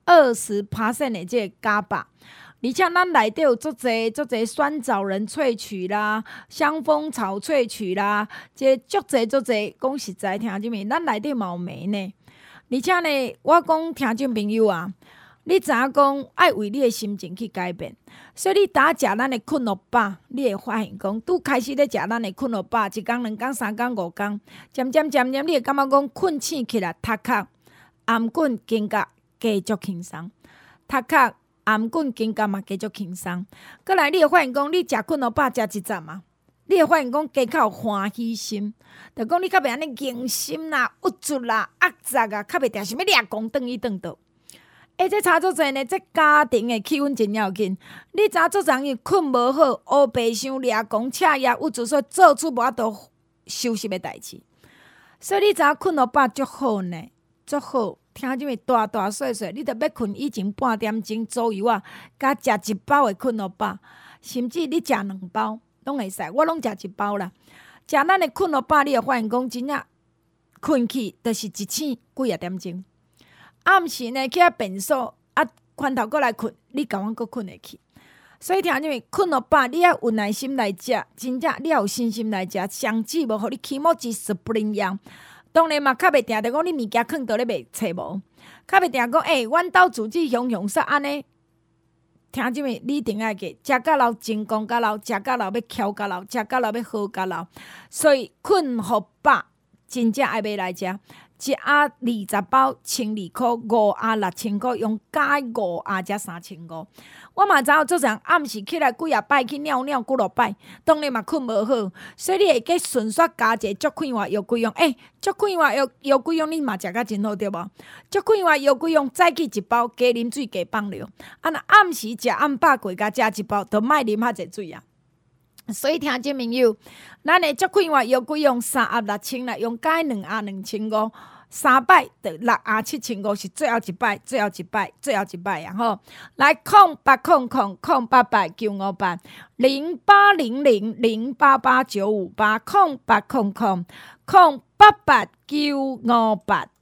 [SPEAKER 4] ，20%的这个钾钋，而且咱内底有足侪酸枣仁萃取啦、香蜂草萃取啦，这足侪。讲实在，听众朋友，咱内底嘛有镁呢。而且呢，我讲听众朋友啊。你知影讲爱为你的心情去改变，所以你打食咱的困落饱，你会发现讲拄开始咧食咱的困落饱，1天、2天、3天、5天，渐渐，你会感觉讲困醒起来，头壳、颔棍、肩胛加足轻松，头壳、颔棍、肩胛嘛加足轻松。过来，你会发现讲你食困落饱食1站啊，你会发现讲加较有欢喜心，就讲你较袂安尼硬心啦、郁卒啦、压杂啊，较袂定想要抓狂转去转倒。这差足侪呢，这家庭的气氛真要紧。你知影足侪人困无好，乌白想抓狂、赤夜郁卒，所以做出无法度休息的代志。所以你知影困落饱足好呢，足好。听即个大细，你着要困以前半点钟左右啊，甲食1包的困落饱，甚至你食2包拢会使。我拢食1包啦。食咱的困落饱，你会发现讲真正困去，就是1醒几点钟。暗时呢，去便所翻头过来困，你甲阮佫困会去。所以听见没？困落饱，你要有耐心来食，真正你要有信心来食。上至无，互你起码至10样。当然嘛，较袂定着讲你物件囥倒咧袂找无，较袂定讲阮兜自己凶煞安尼。听见没？你一定爱记，食到老，真讲到老，食到老要翘到老，食到老要好到老。所以困互饱，真正爱买来食。1盒20包，1200块，5盒6000块，用加5盒才3500。我嘛知影做人暗时起来几啊摆去尿几落摆，当然嘛困无好，所以你会记顺续加一个足快活药规用。足快活药规用你嘛食甲真好对无？足快活药规用早起1包，加啉水加放尿。若暗时食暗饱过，甲食1包，就莫啉遐济水啊。所以听众朋友，咱的足快活药规用3盒6000啦，用加2盒2500，3摆就6盒7500，是最后一摆啊吼！来0800-088-958，0800-088-958，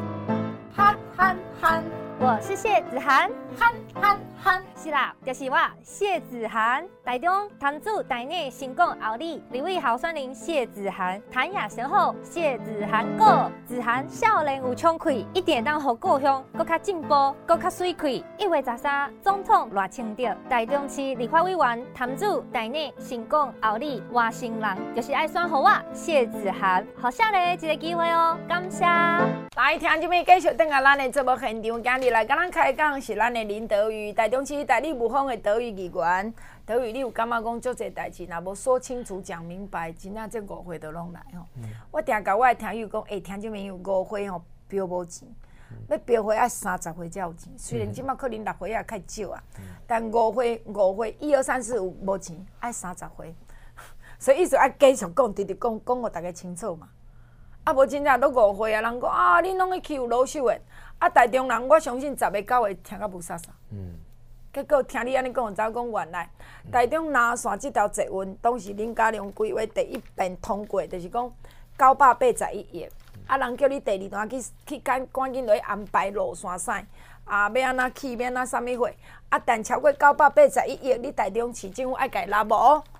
[SPEAKER 6] 憨，我是谢子涵，憨，是啦，就是我谢子涵，台中潭子台内成功后里2位候选人谢子涵，谭雅贤后谢子涵过，子涵少年有冲气，一定当互故乡搁较进步，搁较水气。1月13总统赖清德，台中市立法委员潭子台内成功后里外省人，就是爱选互我谢子涵，好少年一个机会哦，感谢。
[SPEAKER 2] 来，听这边继续等下咱的节目现场，今日来甲咱开讲是咱的林德瑜，台中市台立务坊的德瑜议员。德瑜，你有感觉讲足侪代志，若无说清楚、讲明白，真正这误会就拢来吼。我定甲我的听友讲，听这边有5岁吼标无钱，要标岁爱30岁才有钱。虽然即马可能6岁也较少啊，但5岁1、2、3、4有无钱，爱30岁。所以意思爱继续讲，直直讲互大家清楚嘛。啊，无真正都5岁啊！人讲啊，恁拢去欺负老秀的。啊，台中人我相信10个9个听甲无啥。结果听你安尼讲，早讲原来台中南线这条捷运，当时林佳龙规划第1遍通过，就是讲981亿。啊，人叫你第2段去赶紧落去安排路线啥，啊，要安怎去，要安怎啥物货。啊，但超过981亿，你台中市政府爱家拉无？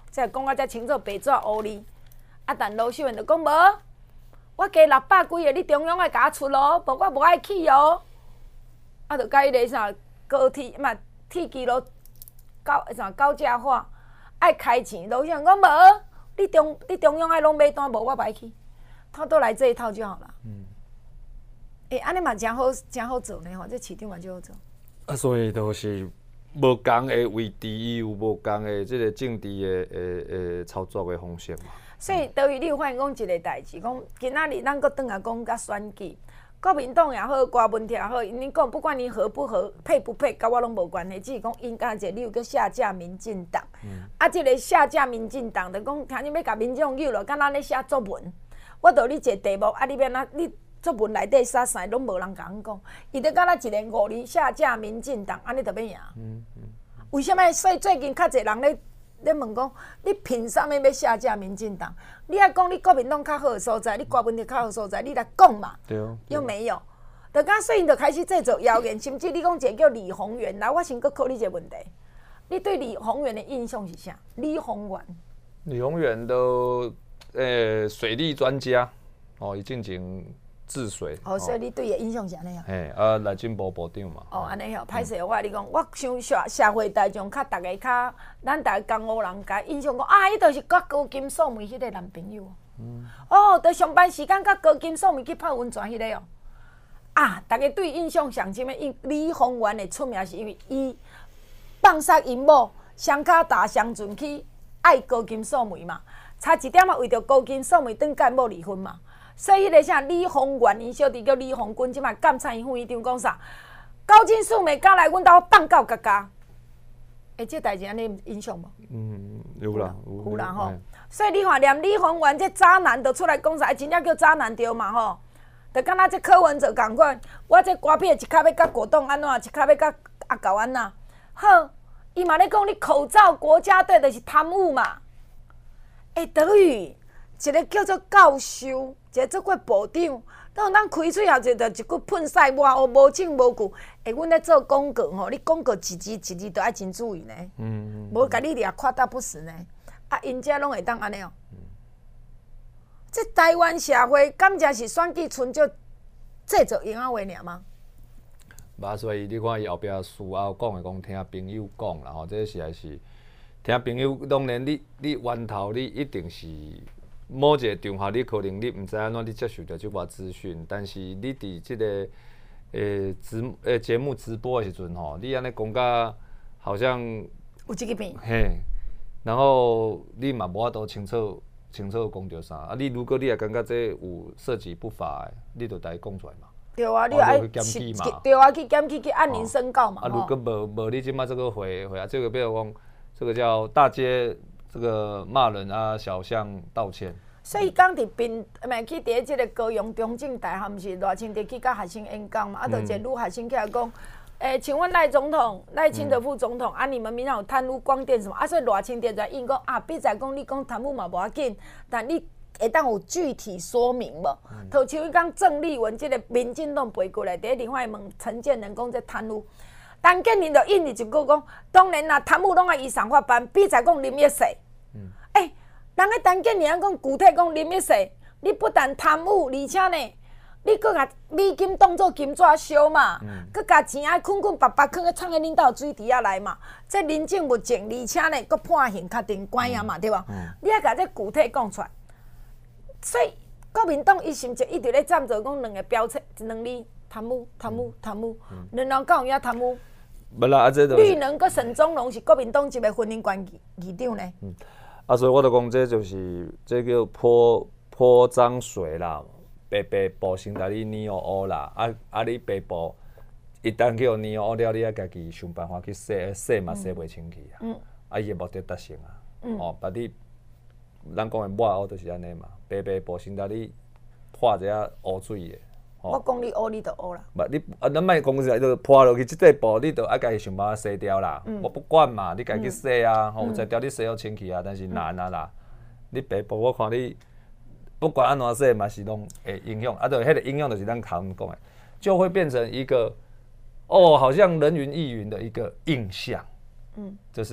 [SPEAKER 2] 才讲啊遮清楚白纸黑字。啊，但罗秀燕就讲无，我加600几个，你中央爱甲我出咯，无我无爱去哦。啊，就甲迄个啥高铁嘛，铁基路高架化爱开钱，罗秀燕讲无，你中央爱拢买单，无我袂去。他都来这一套就好了。安尼嘛真好做呢吼，这市场嘛就好做。
[SPEAKER 3] 啊，所以都是无共的位置，有无共的这个政治的操作的方式嘛。
[SPEAKER 2] 所以德宇，你有发现讲一个代志，讲今仔日咱搁转来讲甲选举，国民党也好，郭文铁也好，因讲不管你合不合、配不配，甲我拢无关系，只是讲因敢一个理由叫下架民进党。啊，这个下架民进党，就讲听你要甲民众诱了，敢咱咧写作文，我著你一个题目，啊，你要哪你作文内底写啥拢无人甲阮讲，伊就敢若一个5字下架民进党，安尼著要赢。为什么？所以最近较侪人咧问讲，你凭啥物要下架民进党？你爱讲你国民党较好的所在，你郭文铁较好的所在，你来讲嘛。
[SPEAKER 3] 对。
[SPEAKER 2] 又没有，就甲所以就开始制造谣言，甚至你讲一个叫李鸿源，来，我先搁考你一个问题，你对李鸿源的印象是啥？李鸿源
[SPEAKER 3] 都水利专家，伊进行治水。
[SPEAKER 2] 所以你对伊的印象是安尼
[SPEAKER 3] 啊？内政部部长嘛。
[SPEAKER 2] 安尼歹势，我甲你讲，我想社会大众咱大家江湖人甲印象讲伊就是甲高金素梅迄个男朋友。就上班时间甲高金素梅去泡温泉迄个哦。大家对印象上深的李鸿源的出名是因为伊放杀因某，双脚踏双船去爱高金素梅嘛，差一点为着高金素梅转甲某离婚嘛。所以迄个啥李鸿源，因小弟叫李鸿钧，即摆监察院副院长讲啥？高金素梅敢来阮兜放狗嘎嘎，这代志安尼影响无？
[SPEAKER 3] 有啦
[SPEAKER 2] 吼。所以你看，连李鸿源这渣男都出来讲啥，真正叫渣男对嘛吼？就敢若这柯文哲共款，我这瓜片一脚要甲国栋安怎，一脚要甲阿狗安怎？好，伊嘛咧讲你口罩国家队就是贪污嘛。德宇。一个叫做教授，一个做过部长，当咱开喙后就一句喷屎抹黑，无证无据。阮咧做广告吼，你广告一字都爱真注意呢。无甲你掠夸大不实呢。因遮拢会当安尼哦。这台湾社会敢真是选举村就制造闲话尔吗？
[SPEAKER 3] 所以你看伊后壁事后讲的讲，听朋友讲啦吼，这实在是听朋友。当然你源头你一定是。某一个场合，你可能你毋知安怎，你接受到即寡资讯，但是你伫即个节目直播的时阵吼，你安尼讲甲好像
[SPEAKER 2] 有一个病，
[SPEAKER 3] 然后你嘛无法度清楚讲着啥，你如果你也感觉这有涉及不法的，你就家讲出来嘛。
[SPEAKER 2] 对啊，你爱
[SPEAKER 3] 去检举嘛。
[SPEAKER 2] 对啊，去检举去按铃申告嘛。
[SPEAKER 3] 如果无你即摆这个回啊，这个比如讲，这个叫大街。这个骂人啊，小巷道歉。
[SPEAKER 2] 所以讲伫滨，去伫即个高雄中正大学，毋是赖清德去甲学生演讲嘛？就一个女学生起来讲，请问赖总统、赖清德副总统，你们民党有贪污光电什么？所以赖清德在应讲别再讲你讲贪污嘛无要紧，但你会当有具体说明无？头像伊讲郑丽文即个民进党背过来，第一另外问陈建仁讲这贪污。陈建仁就印你一句讲，当然啦，贪污拢爱依上法办，比在讲林业税。人个陈建仁讲具体讲林业税，你不但贪污，而且呢，你搁甲美金当作金纸烧嘛，搁甲钱爱捆捆白白囥去藏喺恁兜水池仔内嘛，这人证物证，而且呢，搁判刑确定关啊嘛，对无？你爱甲这具体讲出来。所以国民党伊甚至一直咧站做讲两个标册，两字。贪污，两人敢有影贪污？
[SPEAKER 3] 不啦，啊，这
[SPEAKER 2] 绿能跟沈宗龙是国民党一个婚姻关议长呢。
[SPEAKER 3] 所以我就讲，这就是这叫泼脏水啦，白布先甲你黏乌啦，你白布一旦叫黏乌了，你爱家己想办法去洗嘛，洗袂清气啊。伊的目的达成啊。把你咱讲的抹乌就是安尼嘛，白布先甲你泼一下污水的。
[SPEAKER 2] 我讲你乌，你就乌啦。
[SPEAKER 3] 咱莫讲是就泼落去即块布，你就爱家己想办法洗掉啦。我不管嘛，你家己洗啊，有才调你洗好清气啊。但是难啊啦，你白布我看你不管安怎洗嘛是拢会影响，就迄个影响就是咱头讲的，就会变成一个好像人云亦云的一个印象。这是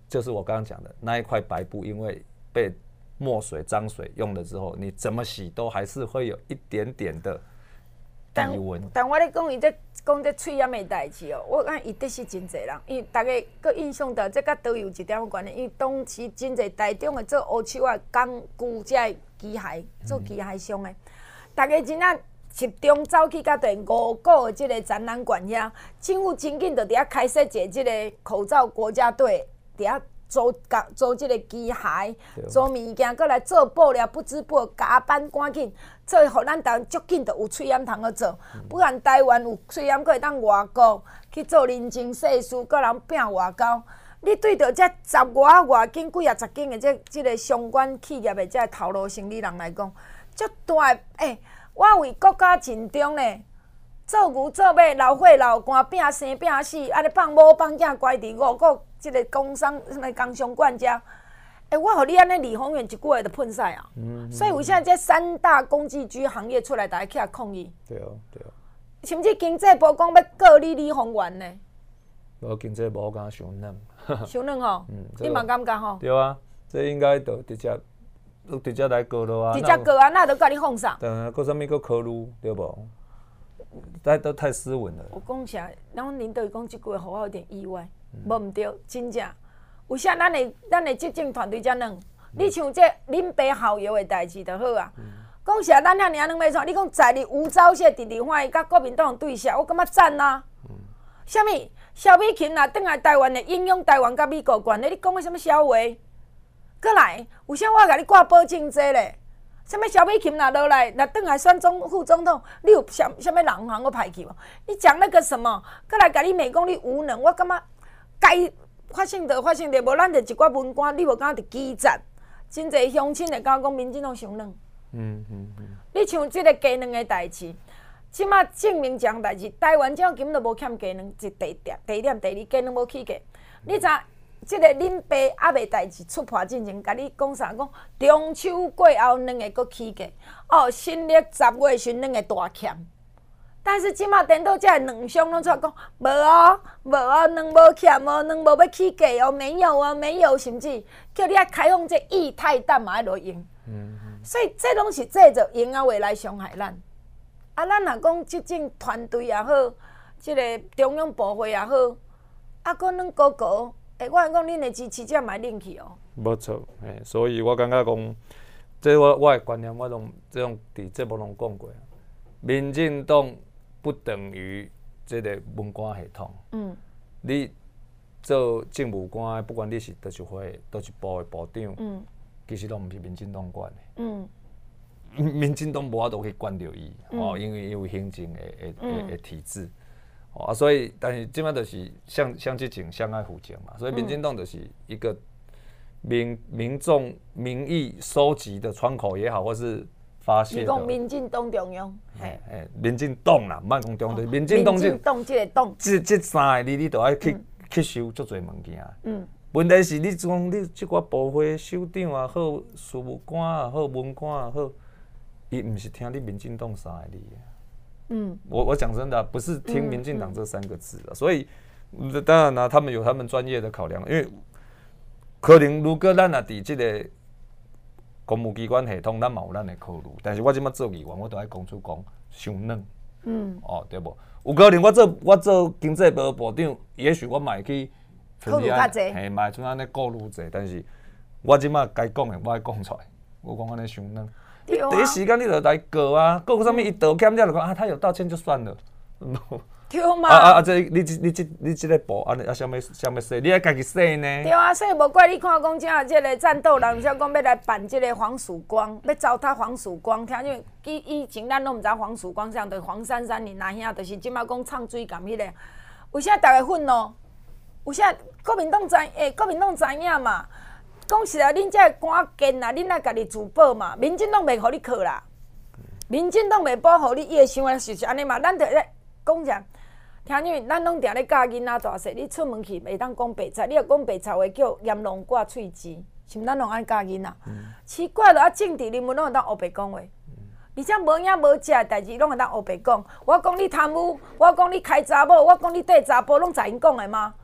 [SPEAKER 3] 就是我刚刚讲的那一块白布，因为被墨水、脏水用了之后，你怎么洗都还是会有一点点的低温。
[SPEAKER 2] 但我咧讲伊在讲这喙炎的代志哦，我讲伊的是真侪人，因为大家搁印象到这甲导游一点有关系，因为当时真侪台中的做乌手啊、工具这机械做机械商的，大家真正集中走去甲第5股的这个展览馆遐，政府真紧就伫遐开设一个这个口罩国家队，伫遐做这个机械，做物件，搁来做布料，不织布加班赶紧，做互咱台湾足紧就有喙炎通去做。不然台湾有喙炎，搁会当外国去做人情世事，搁人拼外交。你对着这外斤几10斤的这个相关企业的这头路生意人来讲，足大我为国家尽忠咧，做牛做马，流血流汗，拼生拼死，安尼放某放囝乖伫5股即个工商什么工商管家，我互你安尼李宏远一句话就喷晒啊！所以为啥这3大工具机行业出来大家起来抗议？
[SPEAKER 3] 对啊。
[SPEAKER 2] 甚至经济部讲要告你李宏源呢？
[SPEAKER 3] 无经济部敢伤软，
[SPEAKER 2] 伤软吼，你嘛感觉吼？
[SPEAKER 3] 对啊，这应该就直接来告了啊！
[SPEAKER 2] 直接告啊，那就甲你放啥？
[SPEAKER 3] 对啊，搁啥物搁考虑对无？都太斯文了。
[SPEAKER 2] 我讲啥？然后领导讲这句话，互我有点意外。无毋对，真正。为啥咱的执政团队遮软？你像这恁爸校友的代志就好啊。讲啥？咱遐尔两要创？你讲在日吴钊燮直直欢喜甲国民党对下，我感觉赞啊。啥物？萧美琴若转来台湾的影响台湾甲美国关系，你讲的什么笑话？过来，为啥我甲你挂保证金咧？什么萧美琴若落来，若转来选副总统，你有什么人行我排去无？你讲那个什么？过来甲你骂讲你无能，我感觉该发生就发生着，无咱就一寡文官，你无感觉着基层，真侪乡亲会讲民进党伤软。你像即个鸡卵的代志，即马证明一项代志，台湾政府根本就无欠鸡卵，这第一点，第二鸡卵无起价。你知？即个恁爸还未代志出破之前，甲你讲啥？讲中秋过后2个搁起价，新历10月旬2个大欠。但是即马颠倒这2商拢出来讲，无哦，卵无欠哦，卵无要起价哦，没有哦，没有，甚至叫你爱开放这液态氮嘛爱落用。所以这拢是制造用啊话来伤害咱。咱若讲执政团队也好，即个中央部会也好，搁软高高。我讲恁的支持者买冷去哦。
[SPEAKER 3] 无错，所以我感觉讲，这我的观念，我拢这种伫节目拢讲过，民进党不等于这个文官系统。你做政务官，不管你是倒一会、倒一部的部长，其实拢毋是民进党管的。民进党无法度去管着伊，因为有行政的体制。所以，但是即摆就是像这种相爱互敬嘛，所以民进党就是一个民众民意收集的窗口也好，或是发泄的。
[SPEAKER 2] 你讲民进党中央，
[SPEAKER 3] 民进党啦，唔莫讲中央，民进党
[SPEAKER 2] 这个党，
[SPEAKER 3] 这3个字你都爱去收足侪物件。问题是你讲你即个部会首长也好，事务官也好，文官也好，伊唔是听你民进党3个字的。我讲真的，不是听民进党这3个字了，所以当然啦，他们有他们专业的考量，因为可能如果咱也伫这个公务机关系统，咱嘛有咱的考虑，但是我即摆做议员，我都爱讲出讲伤软，对无？有可能我做经济部部长，也许我嘛会去
[SPEAKER 2] 考虑较济，
[SPEAKER 3] 嘛会像安尼顾虑济，但是我即摆该讲的我爱讲出来，我讲安尼伤软。第一时间你就来告啊，告上面一道歉，你就讲他有道歉就算了。
[SPEAKER 2] 对嘛？
[SPEAKER 3] 这你这个部安尼什么说，你爱家己说呢？
[SPEAKER 2] 对啊，所以无怪你看讲这这个战斗人，说讲要来办这个黄曙光，要糟蹋黄曙光。听因为以前咱拢毋知黄曙光啥，就是黄珊珊你阿兄，就是即马讲唱水感迄个。为啥大家愤怒？为啥国民党知影嘛？讲实在，恁这官监啊，恁爱家己自保嘛。民进党袂互你靠啦，民进党袂保护你，伊会想的是安尼嘛。咱着咧讲者，听因为咱拢定咧教囡仔大细，你出门去袂当讲白菜，你若讲白菜话叫炎龙挂喙舌，是毋？咱拢爱教囡仔。奇怪了，政治人物拢会当黑白讲话，而且无影无食的代志拢会当黑白讲。我讲你贪污，我讲你开查某，我讲你缀查甫，拢在因讲的吗？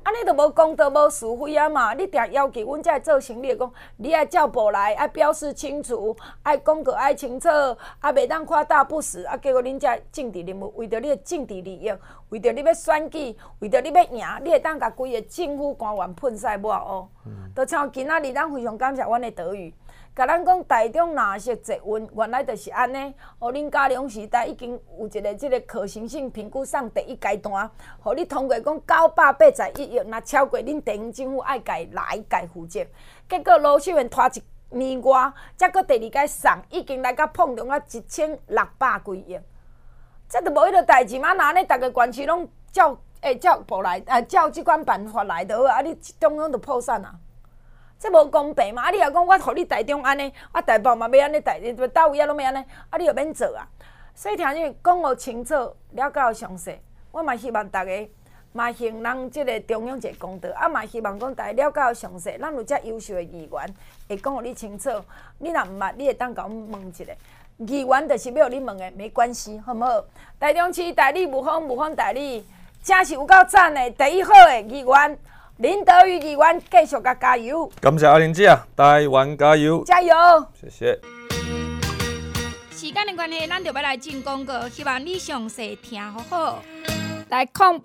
[SPEAKER 2] 安尼就无公道无是非啊嘛！你定要求阮才会做生意，讲你爱照步来，爱标示清楚，爱讲个爱清楚，啊袂当夸大不实，啊结果恁遮政治人物为着你的政治利益，为着你要选举，为着你要赢，你会当甲规个政府官员喷屎抹黑。就像今仔日咱非常感谢阮的德语。甲咱讲台中若是捷运，原来就是安尼。互恁嘉良时代已经有一个即个可行性评估上第一阶段，互你通过讲981亿，若超过恁地方政府爱家来家负责。结果卢秀燕拖1年外，才搁第二阶送，已经来到碰中啊1600几亿。这都无迄个代志嘛？若安尼，逐个县市拢照步来，照即款办法来就好啊！你中央就破产啊！这无公平嘛！啊，你若讲我互你台中安尼，我台北嘛要安尼，倒位啊拢要安尼，啊，你就免做啊。所以听你讲互清楚，了解详细。我嘛希望大家嘛行咱即个中央一个公道，啊嘛希望讲大家了解详细。咱有遮优秀的议员，会讲互你清楚。你若毋捌，你会当甲阮问一下。议员就是要互你问的，没关系，好毋好？台中市代理无方代理，真是有够赞的，第一好的议员。林德瑜议员继续加油！
[SPEAKER 3] 感谢阿玲姐，台湾加油！
[SPEAKER 2] 加油！
[SPEAKER 3] 谢谢。
[SPEAKER 4] 时间的关系，咱就要来进广告，希望你详细听好好。来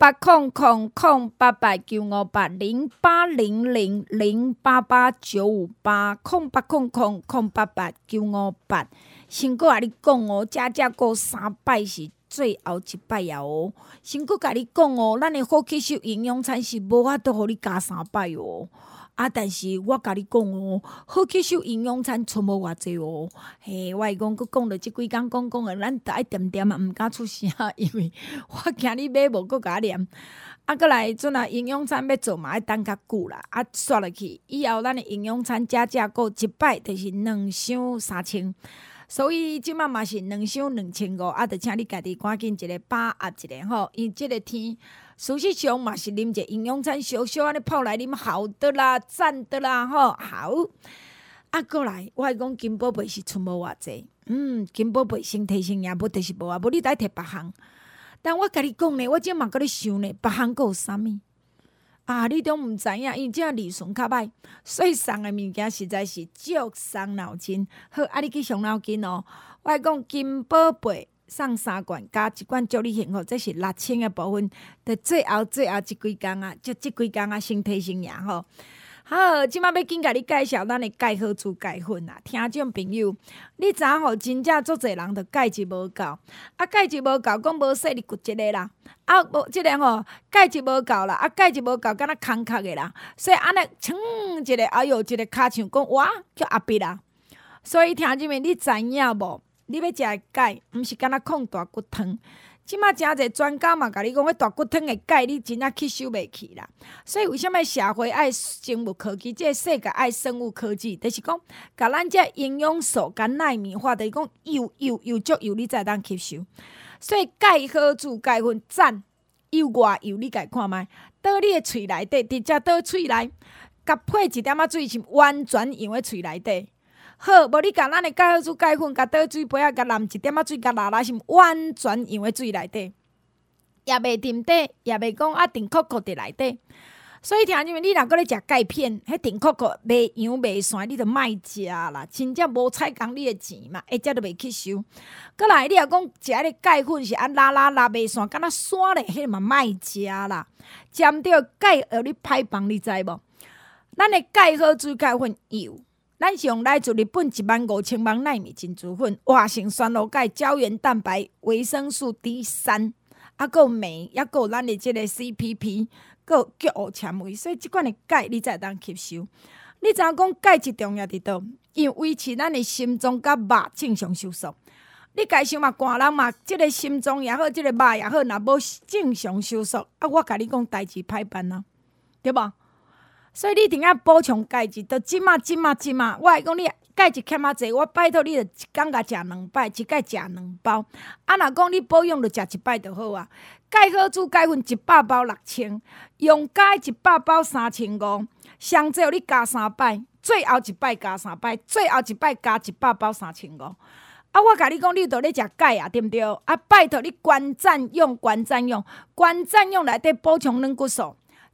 [SPEAKER 4] 080008895808889580889898。先搁甲你讲哦，家过3摆是最后一摆啊哦。先搁甲你讲哦，咱的好吸收营养餐是无法度互你加3摆哦。啊，但是我甲你讲哦，好吸收营养餐剩无偌济哦。嘿，我会讲，佮讲到即几工讲的，咱着爱点点啊，毋敢出声，因为我惊你买无，佮甲我念。啊，佮来阵啊，营养餐要做嘛，爱等较久啦。啊，刷落去以后，咱的营养餐加过一摆，就是2箱3000。所以即马嘛是2箱2500，啊，着请你家己赶紧一个把握一下吼，因即个天。事实上嘛是啉者营养餐，小小安尼泡来啉，好的啦，赞的啦，吼好。啊，过来，我会讲金宝贝是剩无偌济，金宝贝身体性也无，就是无啊，无你得摕别项。但我甲你讲呢，我即嘛甲你想呢，别项佫有啥物？啊，你都毋知影，因为即利润较歹，所以送的物件实在是足伤脑筋。好，啊，你去伤脑筋哦。我会讲金宝贝。送3罐加1罐祝你幸福，这是6000的部分。着最后即几工啊，即几工啊，身体生涯吼。好，即摆要紧甲你介绍咱的钙好珠钙粉啊，听众朋友，你知影吼？真正足侪人着钙质无够，啊，钙质无够，讲无说你骨质的啦，啊，无即个吼，钙质无够啦，啊，钙质无够，敢若空壳的啦，所以安尼噌一个，哎哟，一个骹像讲哇，叫阿鼻啦。所以听众们，你知影无？你要食钙，毋是敢若控大骨汤。即马诚侪专家嘛，甲你讲，迄大骨汤的钙，你真正吸收袂去啦。所以为什么社会爱生物科技，即个世界爱生物科技，就是讲，甲咱这营养素甲纳米化，就是讲又足油，你才当吸收。所以钙好珠钙粉赞，又外油，你家看觅，倒你的喙内底，直接倒喙内，甲配一点仔水，是完全用喺喙内底。好，无你甲咱的钙好珠钙粉，甲倒水杯仔，甲淋一点仔水，甲拉是完全用喺水内底，也袂沉底，也袂讲定扣扣伫内底。所以听众们，你若搁咧食钙片，迄定扣扣袂扬袂散，你着莫食啦，真正无采工你的钱嘛，一只都袂吸收。搁来，你若讲食迄个钙粉是拉袂散，敢若散咧，迄嘛莫食啦。沾着钙互你歹帮，你知无？咱的钙好珠钙粉有。咱是用来自日本15000万奈米珍珠粉，活性酸露钙、胶原蛋白、维生素 D3， 啊，还有镁，也还有咱的这个 CPP， 还有菊湖纤维，所以即款的钙你才会当吸收。你知影讲钙质重要伫倒？因为维持咱的心脏甲肉正常收缩。你家想嘛，寒人嘛，即个心脏也好，即个肉也好，若无正常收缩，啊，我甲你讲代志歹办啊，对无？所以你一定要补充钙质，就即马，我会讲你钙质欠仔济，我拜托你，就一工甲食2摆，一摆食2包。啊，若讲你保养，就食1摆就好啊。钙好珠钙粉100包6000，用钙100包3500，上最后你加3摆，最后一摆加3摆，最后一摆加100包3500。啊，我甲你讲，你著咧食钙啊，对毋对？啊，拜托你关赞用内底补充软骨素。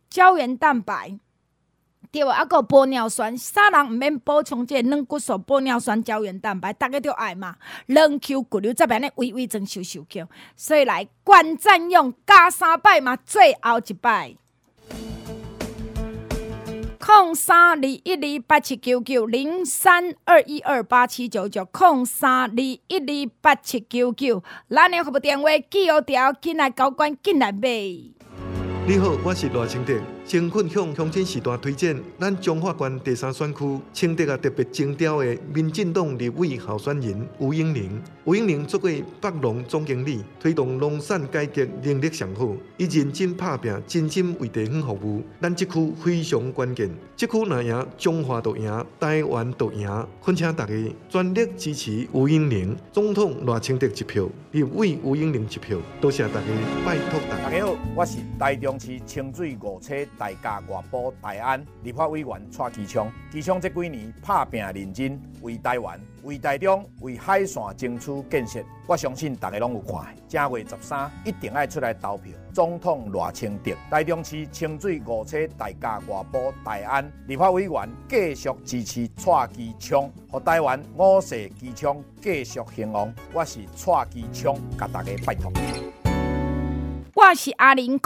[SPEAKER 4] 胶原蛋白。对啊，还有玻尿酸，啥人毋免补充这软骨素、玻尿酸、胶原蛋白，大家都爱嘛。软 Q 骨溜，再变咧微微整咻咻 Q， 所以来观战用加3摆嘛，最后一摆。0321287990321287990321287990，咱的服务电话记好条，紧来交管，紧来买。
[SPEAKER 7] 你好，我是赖清德。先分享乡亲时代推荐，咱彰化县第3选区清德特别征调的民进党立委候选人吴英玲。吴英玲做过北农总经理，推动农产改革能力上好，伊认真打拼，真心为地方服务。咱这区非常关键，这区若赢，彰化就赢，台湾就赢。恳请大家全力支持吴英玲，总统赖清德一票，立委吴英玲一票。多谢大家，拜托大家。
[SPEAKER 8] 大家好，我是台中市清水5车大家外埔大安立法委员蔡其昌。其昌这几年打拼认真，为台湾、为台中、为海线争取建设，我相信大家拢有看。正月13一定要出来投票，总统赖清德。台中市清水5车大家外埔大安立法委员继续支持蔡其昌，让台湾5世其昌继续兴旺。我是蔡其昌，甲大家拜托。
[SPEAKER 4] 我是阿玲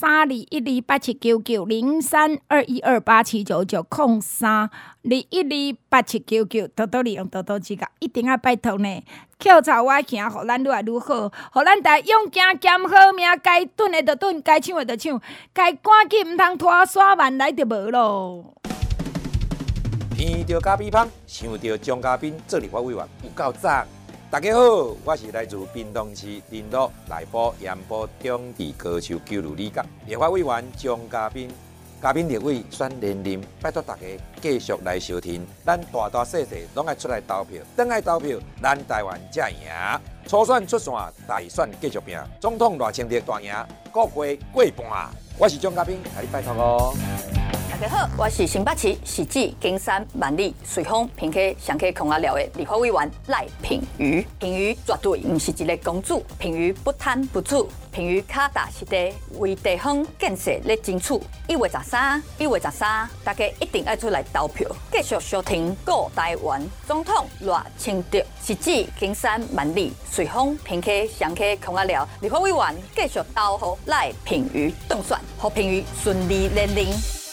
[SPEAKER 4] ，0321287990321287990321287999，多多利用，多多指教，一定要拜托呢。口罩我行，互咱愈来愈好，互咱大家勇敢兼好命，该顿的就顿，该抢的就抢，该赶紧唔通拖沙慢来就无咯。
[SPEAKER 9] 闻到咖啡香，想到张嘉宾做立法委员有够赞。大家好，我是来自屏东市林路内埔盐埔中地高球9路里角立法委员张嘉宾。嘉宾立委选连任，拜托大家继续来收听，咱大大小小拢爱出来投票，等爱投票，咱台湾才赢。初选出线，大选继续拼，总统赖清德大赢，国会过半。我是张嘉宾，来拜托哦。
[SPEAKER 10] 大家好，我是新北市喜记金山万里随风平溪上溪空阿寮的立法委员赖品妤。品妤绝对不是一个公主，品妤不贪不醋，品妤脚踏实地为地方建设咧争取。1月13，大家一定要出来投票，继续收听顾台湾总统赖清德。喜记金山万里随风平溪上溪空阿寮立法委员继续投予赖品妤当选，让品妤顺利连任。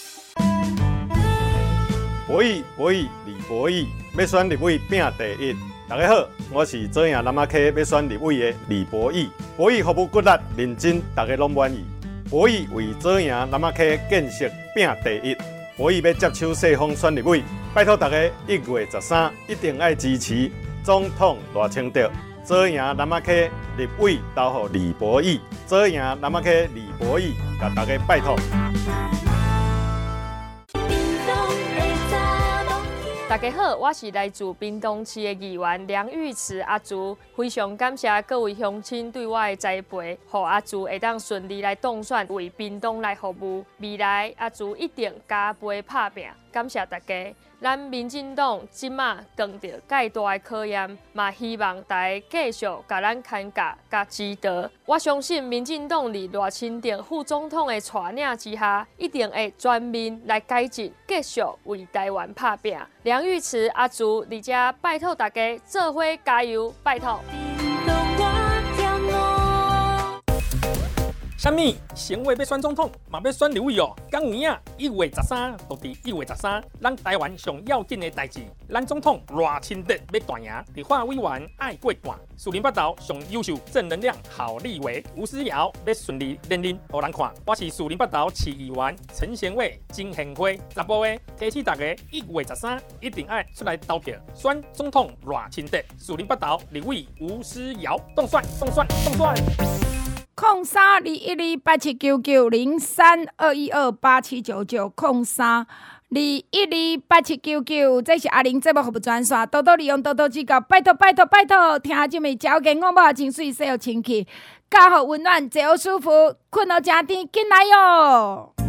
[SPEAKER 11] 博弈，李博弈，要选立委拼第一。大家好，我是左营南仔溪要选立委的李博弈。博弈服务骨力认真，大家拢满意。博弈为左营南仔溪建设拼第一。博弈要接手世丰选立委，拜托大家1月13一定要支持总统赖清德。左营南仔溪立委投予李博弈，左营南仔溪李博弈，甲大家拜托。
[SPEAKER 12] 大家好，我是来自屏东市的议员梁玉慈阿朱，非常感谢各位乡亲对我的栽培，让阿朱会当顺利来当选，为屏东来服务。未来阿朱一定加倍打拼，感谢大家。咱民进党即马碰到介大的考验，嘛希望大家继续甲咱牵架、甲指导。我相信民进党伫赖清德副总统的带领之下，一定会全面来改进，继续为台湾打拼。梁玉慈阿朱伫遮拜托大家做伙加油，拜托。
[SPEAKER 13] 什么？成为要选总统，嘛要选立委哦？敢有影？1月13，就伫1月13，咱台湾上要紧的代志，咱总统赖清德要大赢，立法委员爱过半，树林北投上优秀正能量好立委吴思瑶要顺利连任，互咱看。我是树林北投市议员陈贤伟、金宪辉，10部的提醒大家1月13一定要出来投票，选总统赖清德，树林北投立委吴思瑶当选。
[SPEAKER 4] 032128799032128799，这是阿玲节目服务专线，多多利用，多多指教，拜托，听这么照健康无情绪，洗好清气，家好温暖，坐好舒服，困好正甜，紧来哟！